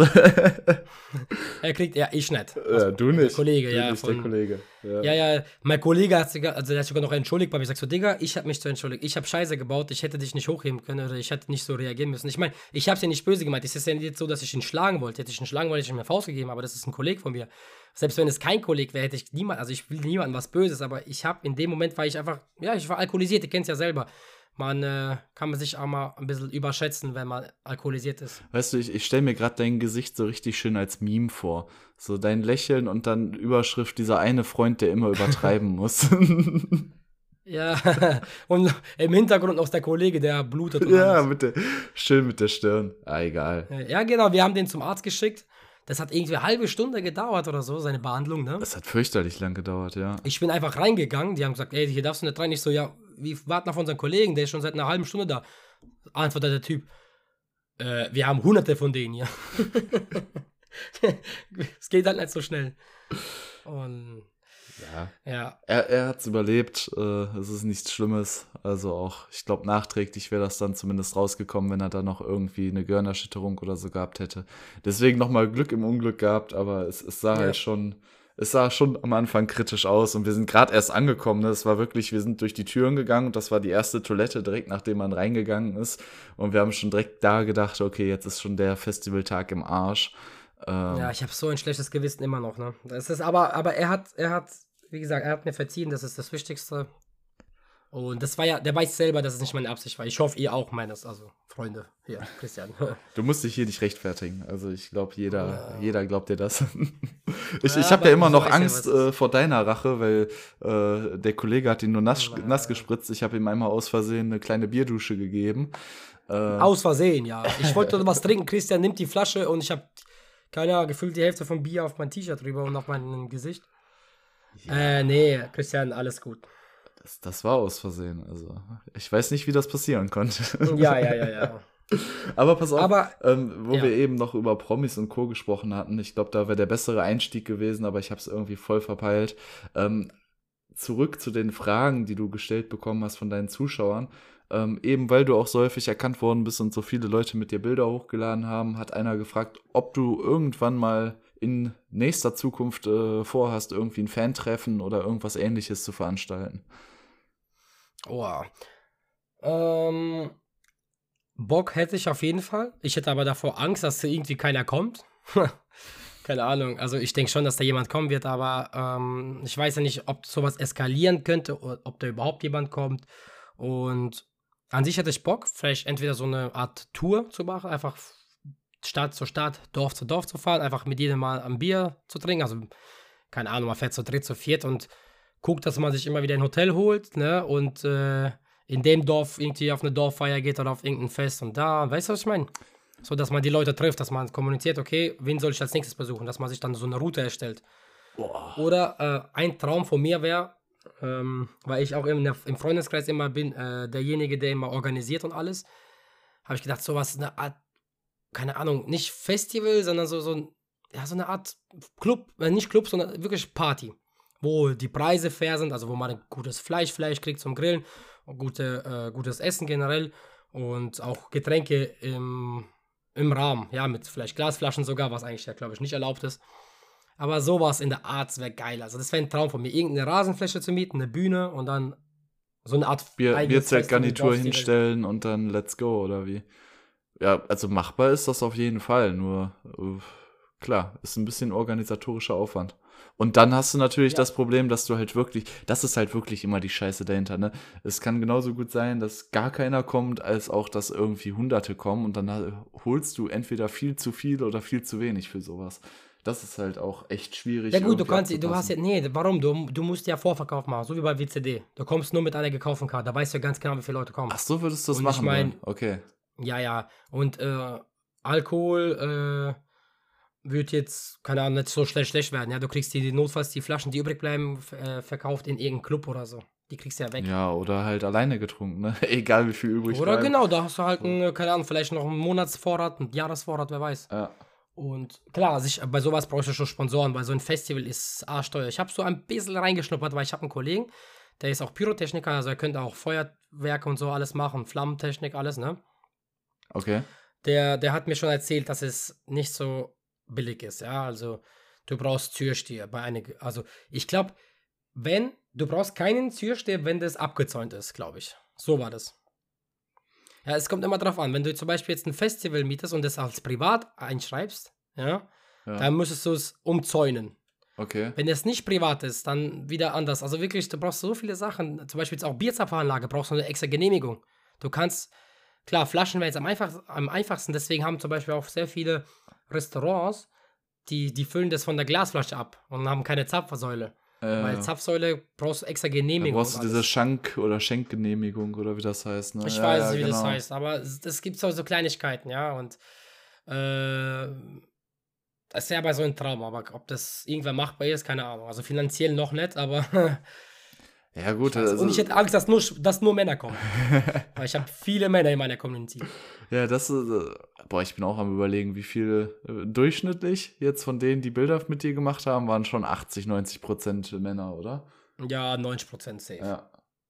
Er kriegt, ja, ich nicht. Ja, du Der nicht. Kollege, du ja. nicht, Von, der Kollege. Ja. Ja, ja, mein Kollege hat sich, also der hat sich sogar noch entschuldigt, aber ich sag so, Digga, ich hab mich zu entschuldigt. Ich hab Scheiße gebaut, ich hätte dich nicht hochheben können oder ich hätte nicht so reagieren müssen. Ich meine, ich hab's ja nicht böse gemeint. Es ist ja nicht so, dass ich ihn schlagen wollte. Hätte ich ihn schlagen wollte, hätte ich ihm eine Faust gegeben, aber das ist ein Kollege von mir. Selbst wenn es kein Kollege wäre, hätte ich niemand, also ich will niemandem was Böses, aber ich hab, in dem Moment war ich einfach, ja, ich war alkoholisiert, ihr kennt's ja selber. Man äh, kann man sich auch mal ein bisschen überschätzen, wenn man alkoholisiert ist. Weißt du, ich, ich stelle mir gerade dein Gesicht so richtig schön als Meme vor. So dein Lächeln und dann Überschrift, dieser eine Freund, der immer übertreiben muss. Ja, und im Hintergrund noch der Kollege, der blutet und Ja, alles. mit der, schön mit der Stirn. Ah, egal. Ja, genau, wir haben den zum Arzt geschickt. Das hat irgendwie eine halbe Stunde gedauert oder so, seine Behandlung, ne? Das hat fürchterlich lang gedauert, ja. Ich bin einfach reingegangen, die haben gesagt, ey, hier darfst du nicht rein. Ich so, ja, wir warten auf unseren Kollegen, der ist schon seit einer halben Stunde da. Antwortet der Typ, äh, wir haben hunderte von denen hier. Es geht halt nicht so schnell. Und Ja. ja, Er, er hat es überlebt, äh, es ist nichts Schlimmes. Also auch, ich glaube, nachträglich wäre das dann zumindest rausgekommen, wenn er da noch irgendwie eine Gehirnerschütterung oder so gehabt hätte. Deswegen nochmal Glück im Unglück gehabt, aber es, es sah Ja. halt schon, es sah schon am Anfang kritisch aus und wir sind gerade erst angekommen. Ne? Es war wirklich, wir sind durch die Türen gegangen und das war die erste Toilette direkt nachdem man reingegangen ist. Und wir haben schon direkt da gedacht, okay, jetzt ist schon der Festivaltag im Arsch. Ähm, ja, ich habe so ein schlechtes Gewissen immer noch, ne? Das ist aber, aber er hat, er hat, wie gesagt, er hat mir verziehen, das ist das Wichtigste. Und das war ja, der weiß selber, dass es nicht meine Absicht war. Ich hoffe, ihr auch meines, also Freunde, hier, Christian. Du musst dich hier nicht rechtfertigen. Also ich glaube, jeder, Ja. jeder glaubt dir das. ich Ja, ich habe aber ja immer du noch weißt ja, Angst was äh, vor deiner Rache, weil äh, der Kollege hat ihn nur nass, Ja. nass gespritzt. Ich habe ihm einmal aus Versehen eine kleine Bierdusche gegeben. Äh, Aus Versehen, ja. Ich wollte was trinken, Christian nimmt die Flasche und ich habe, keine Ahnung, gefühlt die Hälfte vom Bier auf mein T-Shirt drüber und auf mein Gesicht. Äh, nee, Christian, alles gut. das, das war aus Versehen. Also ich weiß nicht, wie das passieren konnte. Ja, ja, ja, ja. Aber pass auf, Aber- ähm, wo ja. wir eben noch über Promis und Co. gesprochen hatten, ich glaube, da wäre der bessere Einstieg gewesen, aber ich habe es irgendwie voll verpeilt. Ähm, zurück zu den Fragen, die du gestellt bekommen hast von deinen Zuschauern. Ähm, eben weil du auch so häufig erkannt worden bist und so viele Leute mit dir Bilder hochgeladen haben, hat einer gefragt, ob du irgendwann mal in nächster Zukunft äh, vorhast, irgendwie ein Fan-Treffen oder irgendwas Ähnliches zu veranstalten. Oh. Ähm, Bock hätte ich auf jeden Fall. Ich hätte aber davor Angst, dass da irgendwie keiner kommt. Keine Ahnung. Also ich denke schon, dass da jemand kommen wird, aber ähm, ich weiß ja nicht, ob sowas eskalieren könnte oder ob da überhaupt jemand kommt. Und an sich hätte ich Bock, vielleicht entweder so eine Art Tour zu machen, einfach Stadt zu Stadt, Dorf zu Dorf zu fahren, einfach mit jedem Mal ein Bier zu trinken. Also, keine Ahnung, man fährt zu dritt, zu viert und guckt, dass man sich immer wieder ein Hotel holt, ne? Und äh, in dem Dorf irgendwie auf eine Dorffeier geht oder auf irgendein Fest und da, weißt du, was ich meine? So, dass man die Leute trifft, dass man kommuniziert, okay, wen soll ich als nächstes besuchen, dass man sich dann so eine Route erstellt. Boah. Oder äh, ein Traum von mir wäre, ähm, weil ich auch im, im Freundeskreis immer bin, äh, derjenige, der immer organisiert und alles, habe ich gedacht, sowas, eine Art, keine Ahnung, nicht Festival, sondern so, so, ein, ja, so eine Art Club, äh, nicht Club, sondern wirklich Party, wo die Preise fair sind, also wo man ein gutes Fleisch, Fleisch kriegt zum Grillen, und gute, äh, gutes Essen generell und auch Getränke im, im Rahmen, ja, mit vielleicht Glasflaschen sogar, was eigentlich ja, glaube ich, nicht erlaubt ist. Aber sowas in der Art wäre geil. Also das wäre ein Traum von mir, irgendeine Rasenfläche zu mieten, eine Bühne und dann so eine Art Bier, eigenes Bierzeltgarnitur Festival. hinstellen und dann let's go, oder wie? Ja, also machbar ist das auf jeden Fall, nur äh, klar, ist ein bisschen organisatorischer Aufwand. Und dann hast du natürlich Ja. das Problem, dass du halt wirklich, das ist halt wirklich immer die Scheiße dahinter, ne? Es kann genauso gut sein, dass gar keiner kommt, als auch, dass irgendwie Hunderte kommen und dann äh, holst du entweder viel zu viel oder viel zu wenig für sowas. Das ist halt auch echt schwierig. Ja gut, du irgendwie kannst, du hast ja, abzupassen. nee, warum? Du, du musst ja Vorverkauf machen, so wie bei W C D. Du kommst nur mit einer gekauften Karte, da weißt du ja ganz genau, wie viele Leute kommen. Ach so, würdest du das Und ich machen mein- wollen? Okay. Ja, ja. Und äh, Alkohol äh, wird jetzt, keine Ahnung, nicht so schlecht schlecht werden. Ja, du kriegst die, die notfalls die Flaschen, die übrig bleiben, f- äh, verkauft in irgendeinem Club oder so. Die kriegst du ja weg. Ja, oder halt alleine getrunken, ne? Egal wie viel übrig Oder bleibt. genau, da hast du halt, einen, keine Ahnung, vielleicht noch einen Monatsvorrat, einen Jahresvorrat, wer weiß. Ja. Und klar, sich, bei sowas brauchst du schon Sponsoren, weil so ein Festival ist arschteuer. Ich habe so ein bisschen reingeschnuppert, weil ich habe einen Kollegen, der ist auch Pyrotechniker, also er könnte auch Feuerwerke und so alles machen, Flammentechnik, alles, ne? Okay. Der, der hat mir schon erzählt, dass es nicht so billig ist, ja, also du brauchst Türsteher bei einer, also ich glaube, wenn, du brauchst keinen Türsteher, wenn das abgezäunt ist, glaube ich. So war das. Ja, es kommt immer drauf an, wenn du zum Beispiel jetzt ein Festival mietest und das als privat einschreibst, ja, Ja. dann müsstest du es umzäunen. Okay. Wenn es nicht privat ist, dann wieder anders. Also wirklich, du brauchst so viele Sachen. Zum Beispiel jetzt auch Bierzapfanlage, brauchst du eine extra Genehmigung. Du kannst, klar, Flaschen wäre jetzt am, einfach, am einfachsten, deswegen haben zum Beispiel auch sehr viele Restaurants, die, die füllen das von der Glasflasche ab und haben keine Zapfsäule. Äh, Weil Zapfsäule brauchst du extra da Genehmigung. brauchst du und diese alles. Schank- oder Schenkgenehmigung oder wie das heißt, ne? Ich Ja, weiß ja, nicht, wie das genau. heißt, aber es, es gibt so, so Kleinigkeiten, ja, und äh, das ist ja bei so einem Traum, aber ob das irgendwann machbar ist, keine Ahnung. Also finanziell noch nicht, aber Ja, gut, ich weiß. also, Und ich hätte Angst, dass nur, dass nur Männer kommen. Weil ich habe viele Männer in meiner Community. ja, das ist, äh, boah, ich bin auch am überlegen, wie viele äh, durchschnittlich jetzt von denen, die Bilder mit dir gemacht haben, waren schon achtzig, neunzig Prozent Männer, oder? Ja, neunzig Prozent safe. Ja.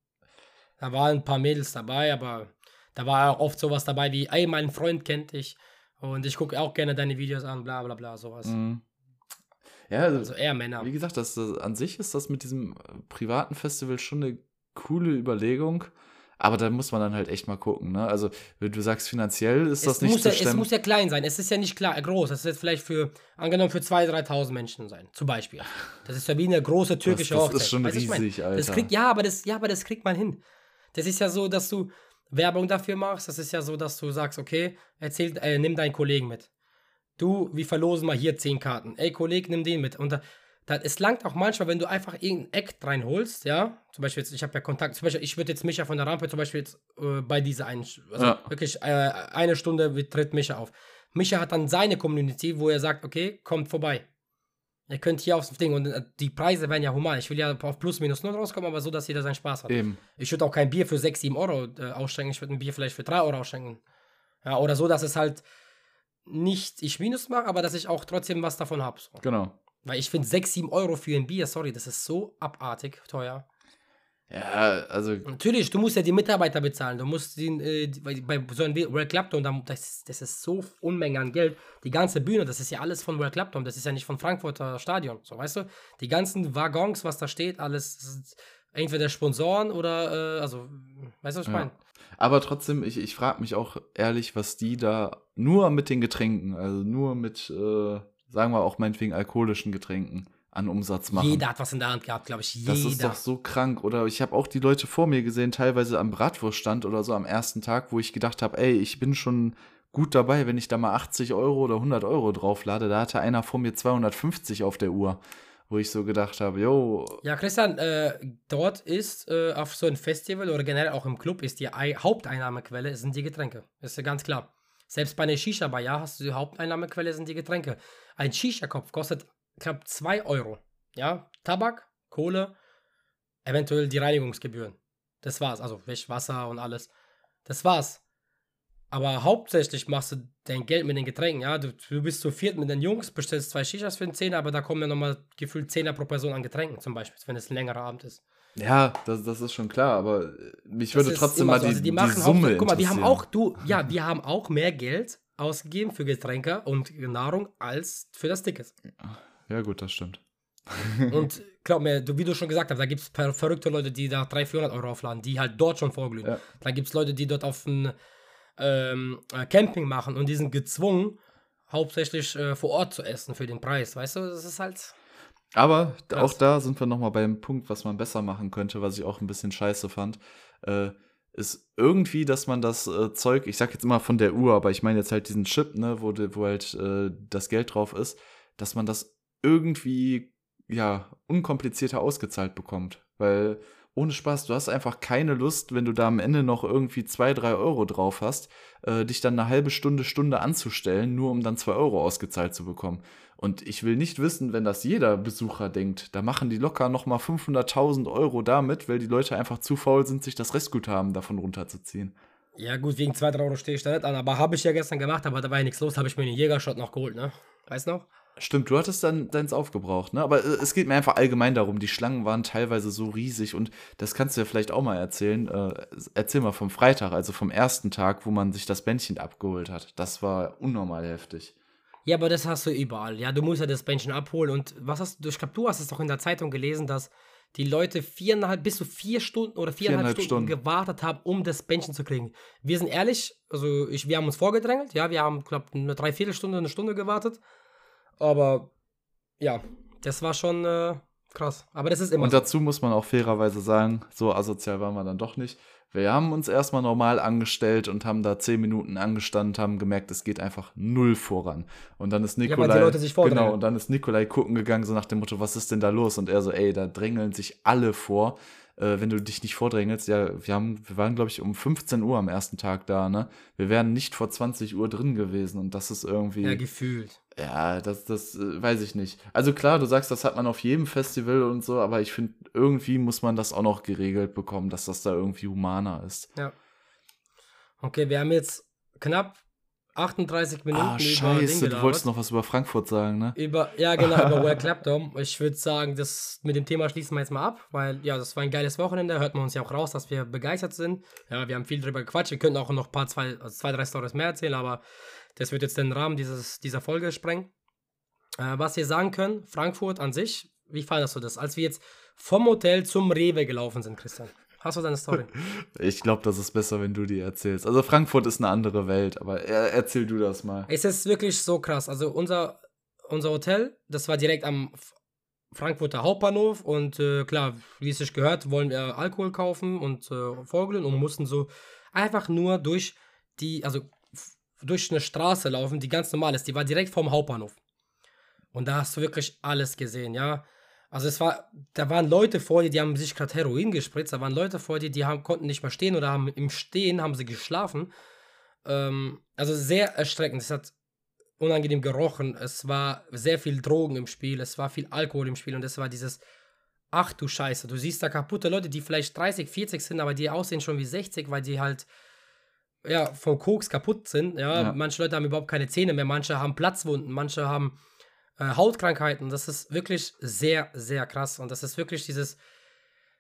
Da waren ein paar Mädels dabei, aber da war auch oft sowas dabei wie, ey, mein Freund kennt dich und ich gucke auch gerne deine Videos an, bla bla bla, sowas. Mhm. Ja, also, Also eher Männer. wie gesagt, das, das, an sich ist das mit diesem äh, privaten Festival schon eine coole Überlegung, aber da muss man dann halt echt mal gucken, ne? Also, wenn du sagst, finanziell ist das Es nicht muss, zu ja, es stemmen. muss ja klein sein. Es ist ja nicht klar, groß. Es wird vielleicht für, angenommen, für zweitausend, dreitausend Menschen sein. Zum Beispiel. Das ist ja wie eine große türkische das Hochzeit. ist schon Weißt du, was ich mein? riesig, Das Alter. kriegt, ja, aber das, ja, aber das kriegt man hin. Das ist ja so, dass du Werbung dafür machst. Das ist ja so, dass du sagst, okay, erzähl, äh, nimm deinen Kollegen mit. Du, wir verlosen mal hier zehn Karten. Ey, Kollege, nimm den mit. Und da, da, es langt auch manchmal, wenn du einfach irgendeinen Act reinholst, ja. Zum Beispiel jetzt, ich habe ja Kontakt, zum Beispiel, ich würde jetzt Micha von der Rampe zum Beispiel jetzt äh, bei dieser einen, also Ja. wirklich äh, eine Stunde tritt Micha auf. Micha hat dann seine Community, wo er sagt, okay, kommt vorbei. Ihr könnt hier aufs Ding und äh, die Preise werden ja human. Ich will ja auf plus minus null rauskommen, aber so, dass jeder seinen Spaß hat. Eben. Ich würde auch kein Bier für sechs, sieben Euro äh, ausschenken, ich würde ein Bier vielleicht für drei Euro ausschenken. Ja, oder so, dass es halt nicht ich Minus mache, aber dass ich auch trotzdem was davon habe. So. Genau. Weil ich finde sechs, sieben Euro für ein Bier, sorry, das ist so abartig teuer. Ja, also. Natürlich, du musst ja die Mitarbeiter bezahlen. Du musst den, äh, die- bei bei so einem World Clapton, da- das, ist- das ist so Unmengen an Geld. Die ganze Bühne, das ist ja alles von World Clapton, das ist ja nicht von Frankfurter Stadion. So, weißt du? Die ganzen Waggons, was da steht, alles das ist entweder Sponsoren oder, äh, also, weißt du, was ich Ja. meine? Aber trotzdem, ich, ich frage mich auch ehrlich, was die da nur mit den Getränken, also nur mit, äh, sagen wir auch meinetwegen alkoholischen Getränken an Umsatz machen. Jeder hat was in der Hand gehabt, glaube ich. Jeder. Das ist doch so krank. Oder ich habe auch die Leute vor mir gesehen, teilweise am Bratwurststand oder so am ersten Tag, wo ich gedacht habe, ey, ich bin schon gut dabei, wenn ich da mal achtzig Euro oder hundert Euro drauflade. Da hatte einer vor mir zweihundertfünfzig auf der Uhr, wo ich so gedacht habe, yo. Ja, Christian, äh, dort ist äh, auf so einem Festival oder generell auch im Club ist die Ei Haupteinnahmequelle sind die Getränke. Ist ja ganz klar. Selbst bei einer Shisha-Bar, ja, hast du die Haupteinnahmequelle sind die Getränke. Ein Shisha-Kopf kostet knapp zwei Euro. Ja, Tabak, Kohle, eventuell die Reinigungsgebühren. Das war's. Also Wäsch, Wasser und alles. Das war's. Aber hauptsächlich machst du dein Geld mit den Getränken, ja. Du, du bist zu viert mit den Jungs, bestellst zwei Shishas für einen Zehner, aber da kommen ja nochmal gefühlt Zehner pro Person an Getränken, zum Beispiel, wenn es ein längerer Abend ist. Ja, das, das ist schon klar, aber mich Das würde ist trotzdem immer mal so. die, Also die die machen Summe Hauptsache, guck mal, wir haben interessieren. auch, du, ja, wir haben auch mehr Geld ausgegeben für Getränke und Nahrung als für das Ticket. Ja, gut, das stimmt. Und glaub mir, du, wie du schon gesagt hast, da gibt es verrückte Leute, die da dreihundert, vierhundert Euro aufladen, die halt dort schon vorglühen. Ja. Dann gibt es Leute, die dort auf ein ähm, äh, Camping machen und die sind gezwungen, hauptsächlich äh, vor Ort zu essen für den Preis. Weißt du, das ist halt. Aber Krass. auch da sind wir nochmal beim Punkt, was man besser machen könnte, was ich auch ein bisschen scheiße fand, äh, ist irgendwie, dass man das äh, Zeug, ich sag jetzt immer von der Uhr, aber ich meine jetzt halt diesen Chip, ne, wo, de- wo halt äh, das Geld drauf ist, dass man das irgendwie, ja, unkomplizierter ausgezahlt bekommt. Weil ohne Spaß, du hast einfach keine Lust, wenn du da am Ende noch irgendwie zwei, drei Euro drauf hast, äh, dich dann eine halbe Stunde, Stunde anzustellen, nur um dann zwei Euro ausgezahlt zu bekommen. Und ich will nicht wissen, wenn das jeder Besucher denkt, da machen die locker nochmal fünfhunderttausend Euro damit, weil die Leute einfach zu faul sind, sich das Restguthaben davon runterzuziehen. Ja, gut, wegen zwei, drei Euro stehe ich da nicht an, aber habe ich ja gestern gemacht, aber da war ja nichts los, habe ich mir den Jägershot noch geholt, ne? Weißt du noch? Stimmt, du hattest dann deins aufgebraucht, ne? Aber äh, es geht mir einfach allgemein darum, die Schlangen waren teilweise so riesig und das kannst du ja vielleicht auch mal erzählen. Äh, erzähl mal vom Freitag, also vom ersten Tag, wo man sich das Bändchen abgeholt hat. Das war unnormal heftig. Ja, aber das hast du überall. Ja, du musst ja das Bändchen abholen. Und was hast du, ich glaube, du hast es doch in der Zeitung gelesen, dass die Leute viereinhalb bis zu vier Stunden oder viereinhalb, Viereinhalb Stunden, Stunden. gewartet haben, um das Bändchen zu kriegen. Wir sind ehrlich, also ich, wir haben uns vorgedrängelt, ja, wir haben, glaube ich, eine Dreiviertelstunde, eine Stunde gewartet. Aber ja, das war schon äh, krass. Aber das ist immer Und so. dazu muss man auch fairerweise sagen, so asozial waren wir dann doch nicht. Wir haben uns erstmal normal angestellt und haben da zehn Minuten angestanden, haben gemerkt, es geht einfach null voran. Und dann ist weil die Nikolai, Leute sich vordrängeln. genau, und dann ist Nikolai gucken gegangen, so nach dem Motto, was ist denn da los? Und er so, ey, da drängeln sich alle vor. Äh, wenn du dich nicht vordrängelst, ja, wir haben, wir waren, glaube ich, um fünfzehn Uhr am ersten Tag da, ne? Wir wären nicht vor zwanzig Uhr drin gewesen und das ist irgendwie. Ja, gefühlt. Ja, das, das äh, weiß ich nicht. Also klar, du sagst, das hat man auf jedem Festival und so, aber ich finde, irgendwie muss man das auch noch geregelt bekommen, dass das da irgendwie humaner ist. Ja. Okay, wir haben jetzt knapp achtunddreißig Minuten Ah, über Ding scheiße, du gelabert. wolltest noch was über Frankfurt sagen, ne? Über, ja, genau, über World Clapton. Ich würde sagen, das mit dem Thema schließen wir jetzt mal ab, weil ja, das war ein geiles Wochenende. Hört man uns ja auch raus, dass wir begeistert sind. Ja, wir haben viel drüber gequatscht. Wir könnten auch noch ein paar, zwei, also zwei drei Storys mehr erzählen, aber das wird jetzt den Rahmen dieses, dieser Folge sprengen. Äh, was wir sagen können, Frankfurt an sich, wie fandest du das? Als wir jetzt vom Hotel zum Rewe gelaufen sind, Christian. Hast du deine Story? Ich glaube, das ist besser, wenn du die erzählst. Also Frankfurt ist eine andere Welt, aber er, erzähl du das mal. Es ist wirklich so krass. Also unser, unser Hotel, das war direkt am F- Frankfurter Hauptbahnhof und äh, klar, wie es sich gehört, wollen wir Alkohol kaufen und äh, vorglühen und mussten so einfach nur durch die, also f- durch eine Straße laufen, die ganz normal ist. Die war direkt vorm Hauptbahnhof. Und da hast du wirklich alles gesehen, ja. Also es war, da waren Leute vor dir, die haben sich gerade Heroin gespritzt, da waren Leute vor dir, die haben, konnten nicht mehr stehen oder haben im Stehen haben sie geschlafen. Ähm, also sehr erschreckend. Es hat unangenehm gerochen. Es war sehr viel Drogen im Spiel. Es war viel Alkohol im Spiel. Und es war dieses, ach du Scheiße, du siehst da kaputte Leute, die vielleicht dreißig, vierzig sind, aber die aussehen schon wie sechzig, weil die halt, ja, vom Koks kaputt sind. Ja, Ja. manche Leute haben überhaupt keine Zähne mehr. Manche haben Platzwunden. Manche haben äh, Hautkrankheiten. Das ist wirklich sehr, sehr krass. Und das ist wirklich dieses,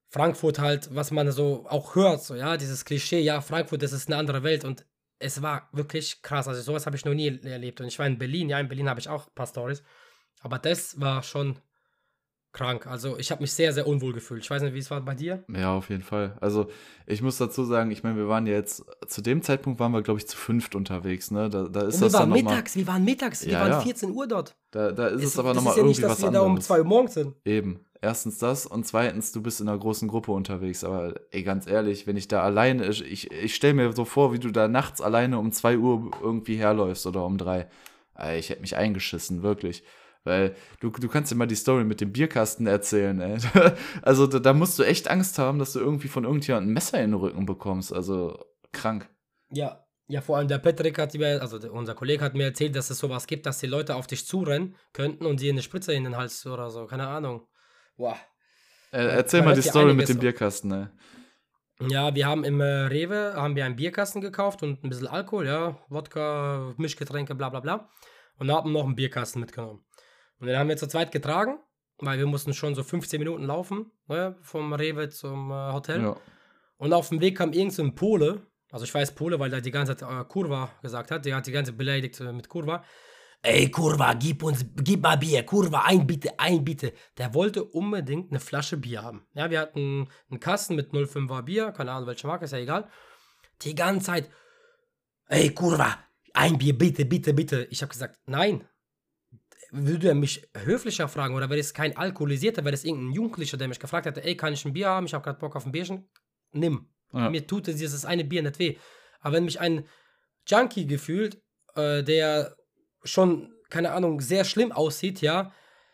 Frankfurt halt, was man so auch hört, so, ja, dieses Klischee, ja, Frankfurt, das ist eine andere Welt und es war wirklich krass. Also sowas habe ich noch nie erlebt. Und ich war in Berlin, ja, in Berlin habe ich auch ein paar Stories. Aber das war schon krank. Also ich habe mich sehr, sehr unwohl gefühlt. Ich weiß nicht, wie es war bei dir. Ja, auf jeden Fall. Also ich muss dazu sagen, ich meine, wir waren ja jetzt, zu dem Zeitpunkt waren wir, glaube ich, zu fünft unterwegs, ne? Da, da ist Und wir das dann waren noch mal, mittags, wir waren mittags, wir Ja, waren ja. vierzehn Uhr dort. da, da ist es, Es, aber das nochmal ist ja nicht, irgendwie dass was wir da um anderes. zwei Uhr morgens sind. Eben. Erstens das und zweitens, du bist in einer großen Gruppe unterwegs. Aber ey, ganz ehrlich, wenn ich da alleine, ich, ich, ich stelle mir so vor, wie du da nachts alleine um zwei Uhr irgendwie herläufst oder um drei. Ey, ich hätte mich eingeschissen, wirklich. Weil du, du kannst dir mal die Story mit dem Bierkasten erzählen, ey. Also da, da musst du echt Angst haben, dass du irgendwie von irgendjemandem ein Messer in den Rücken bekommst. Also krank. Ja. Ja, vor allem der Patrick hat mir, also der, unser Kollege hat mir erzählt, dass es sowas gibt, dass die Leute auf dich zurennen könnten und dir eine Spritze in den Hals oder so. Keine Ahnung. Boah. Äh, Man- erzähl man mal hört die ja Story mit einiges. dem Bierkasten, ey. Ja, wir haben im äh, Rewe haben wir einen Bierkasten gekauft und ein bisschen Alkohol, ja, Wodka, Mischgetränke, bla bla bla. Und haben noch einen Bierkasten mitgenommen. Und den haben wir zu zweit getragen, weil wir mussten schon so fünfzehn Minuten laufen, ne, vom Rewe zum äh, Hotel. Ja. Und auf dem Weg kam irgend so ein Pole, also ich weiß Pole, weil er die ganze Zeit äh, Kurva gesagt hat, der hat die ganze Zeit beleidigt äh, mit Kurva. Ey, Kurva, gib uns, gib mal Bier, Kurva, ein bitte, ein bitte. Der wollte unbedingt eine Flasche Bier haben. Ja, wir hatten einen Kasten mit null Komma fünfer Bier, keine Ahnung welche Marke, ist ja egal. Die ganze Zeit, ey, Kurva, ein Bier, bitte, bitte, bitte. Ich habe gesagt, nein. Würde er mich höflicher fragen oder wäre es kein Alkoholisierter, wäre es irgendein Jugendlicher, der mich gefragt hätte, ey, kann ich ein Bier haben? Ich habe gerade Bock auf ein Bierchen. Nimm. Ja. Mir tut dieses eine Bier nicht weh. Aber wenn mich ein Junkie gefühlt, äh, der schon, keine Ahnung, sehr schlimm aussieht, ja,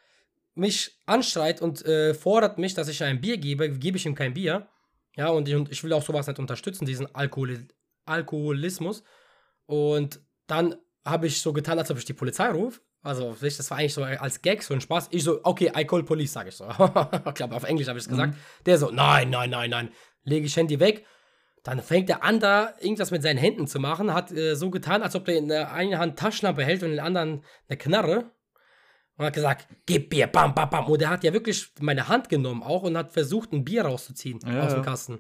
mich anschreit und äh, fordert mich, dass ich ein Bier gebe, gebe ich ihm kein Bier. Ja, und ich, und ich will auch sowas nicht unterstützen, diesen Alkohol, Alkoholismus. Und dann habe ich so getan, als ob ich die Polizei rufe. Also, das war eigentlich so als Gag, so ein Spaß. Ich so, okay, I call police, sage ich so. Ich glaube, auf Englisch habe ich es gesagt. Mhm. Der so, nein, nein, nein, nein. Lege ich Handy weg. Dann fängt er an, da irgendwas mit seinen Händen zu machen. Hat äh, so getan, als ob der in der einen Hand Taschenlampe hält und in der anderen eine Knarre. Und hat gesagt, gib Bier, bam, bam, bam. Und der hat ja wirklich meine Hand genommen auch und hat versucht, ein Bier rauszuziehen Ja, aus dem ja. Kasten.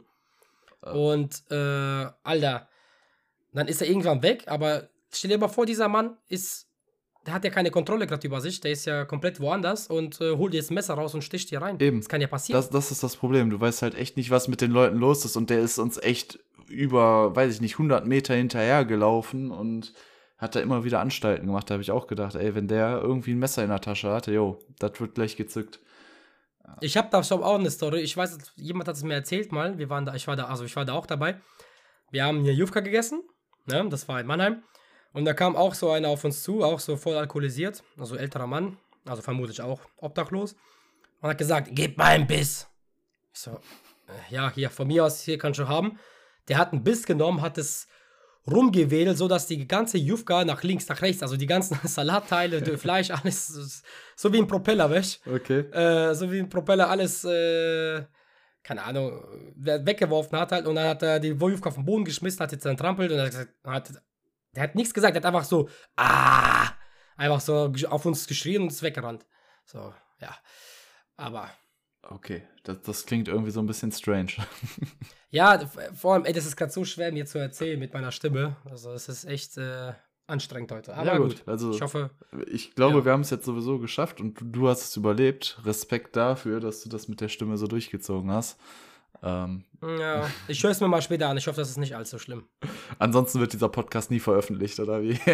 Und, äh, Alter, dann ist er irgendwann weg, aber stell dir mal vor, dieser Mann ist, der hat ja keine Kontrolle gerade über sich, der ist ja komplett woanders und äh, holt dir das Messer raus und sticht dir rein. Eben. Das kann ja passieren. Das, das ist das Problem. Du weißt halt echt nicht, was mit den Leuten los ist. Und der ist uns echt über, weiß ich nicht, hundert Meter hinterher gelaufen und hat da immer wieder Anstalten gemacht. Da habe ich auch gedacht, ey, wenn der irgendwie ein Messer in der Tasche hatte, jo, das wird gleich gezückt. Ich habe da schon auch eine Story. Ich weiß, jemand hat es mir erzählt mal. Wir waren da, ich war da, also ich war da auch dabei. Wir haben hier Jufka gegessen, ne? Das war in Mannheim. Und da kam auch so einer auf uns zu, auch so voll alkoholisiert, also älterer Mann, also vermutlich auch obdachlos. Und hat gesagt, gib mal einen Biss. Ich so, äh, ja, hier, von mir aus, hier kannst du haben. Der hat einen Biss genommen, hat es rumgewedelt, sodass die ganze Jufka nach links, nach rechts, also die ganzen Salatteile, Fleisch, alles, so wie ein Propeller, weißt du? Okay. Äh, so wie ein Propeller, alles, äh, keine Ahnung, weggeworfen hat halt. Und dann hat er die Jufka auf den Boden geschmissen, hat jetzt dann trampelt und hat gesagt, hat, der hat nichts gesagt, der hat einfach so, ah, einfach so auf uns geschrien und ist weggerannt. So, ja. Aber. Okay, das, das klingt irgendwie so ein bisschen strange. Ja, vor allem, ey, das ist gerade so schwer, mir zu erzählen mit meiner Stimme. Also, es ist echt äh, anstrengend heute. Aber ja, gut, gut, also ich hoffe. Ich glaube, ja. wir haben es jetzt sowieso geschafft und du, du hast es überlebt. Respekt dafür, dass du das mit der Stimme so durchgezogen hast. Ähm, Ja, ich höre es mir mal später an. Ich hoffe, das ist nicht allzu schlimm. ansonsten wird dieser Podcast nie veröffentlicht, oder wie?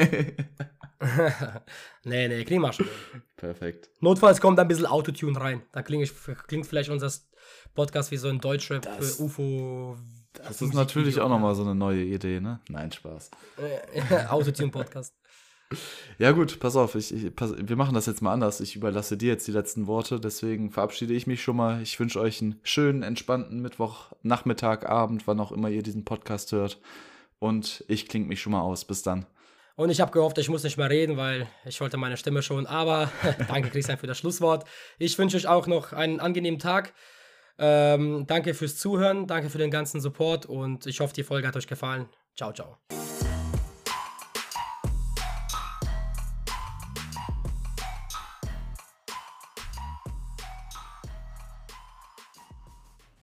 nee, nee, kriegen wir schon. Perfekt. Notfalls kommt ein bisschen Autotune rein. Dann klingt, ich, klingt vielleicht unser Podcast wie so ein Deutschrap Das- für U F O. Das ist natürlich auch nochmal so eine neue Idee, ne? Nein, Spaß. Autotune-Podcast. Ja gut, pass auf, ich, ich, pass, wir machen das jetzt mal anders. Ich überlasse dir jetzt die letzten Worte, deswegen verabschiede ich mich schon mal. Ich wünsche euch einen schönen, entspannten Mittwoch, Nachmittag, Abend, wann auch immer ihr diesen Podcast hört. Und ich klinge mich schon mal aus. Bis dann. Und ich habe gehofft, ich muss nicht mehr reden, weil ich wollte meine Stimme schon. Aber danke, Christian, für das Schlusswort. Ich wünsche euch auch noch einen angenehmen Tag. Ähm, danke fürs Zuhören, danke für den ganzen Support und ich hoffe, die Folge hat euch gefallen. Ciao, ciao.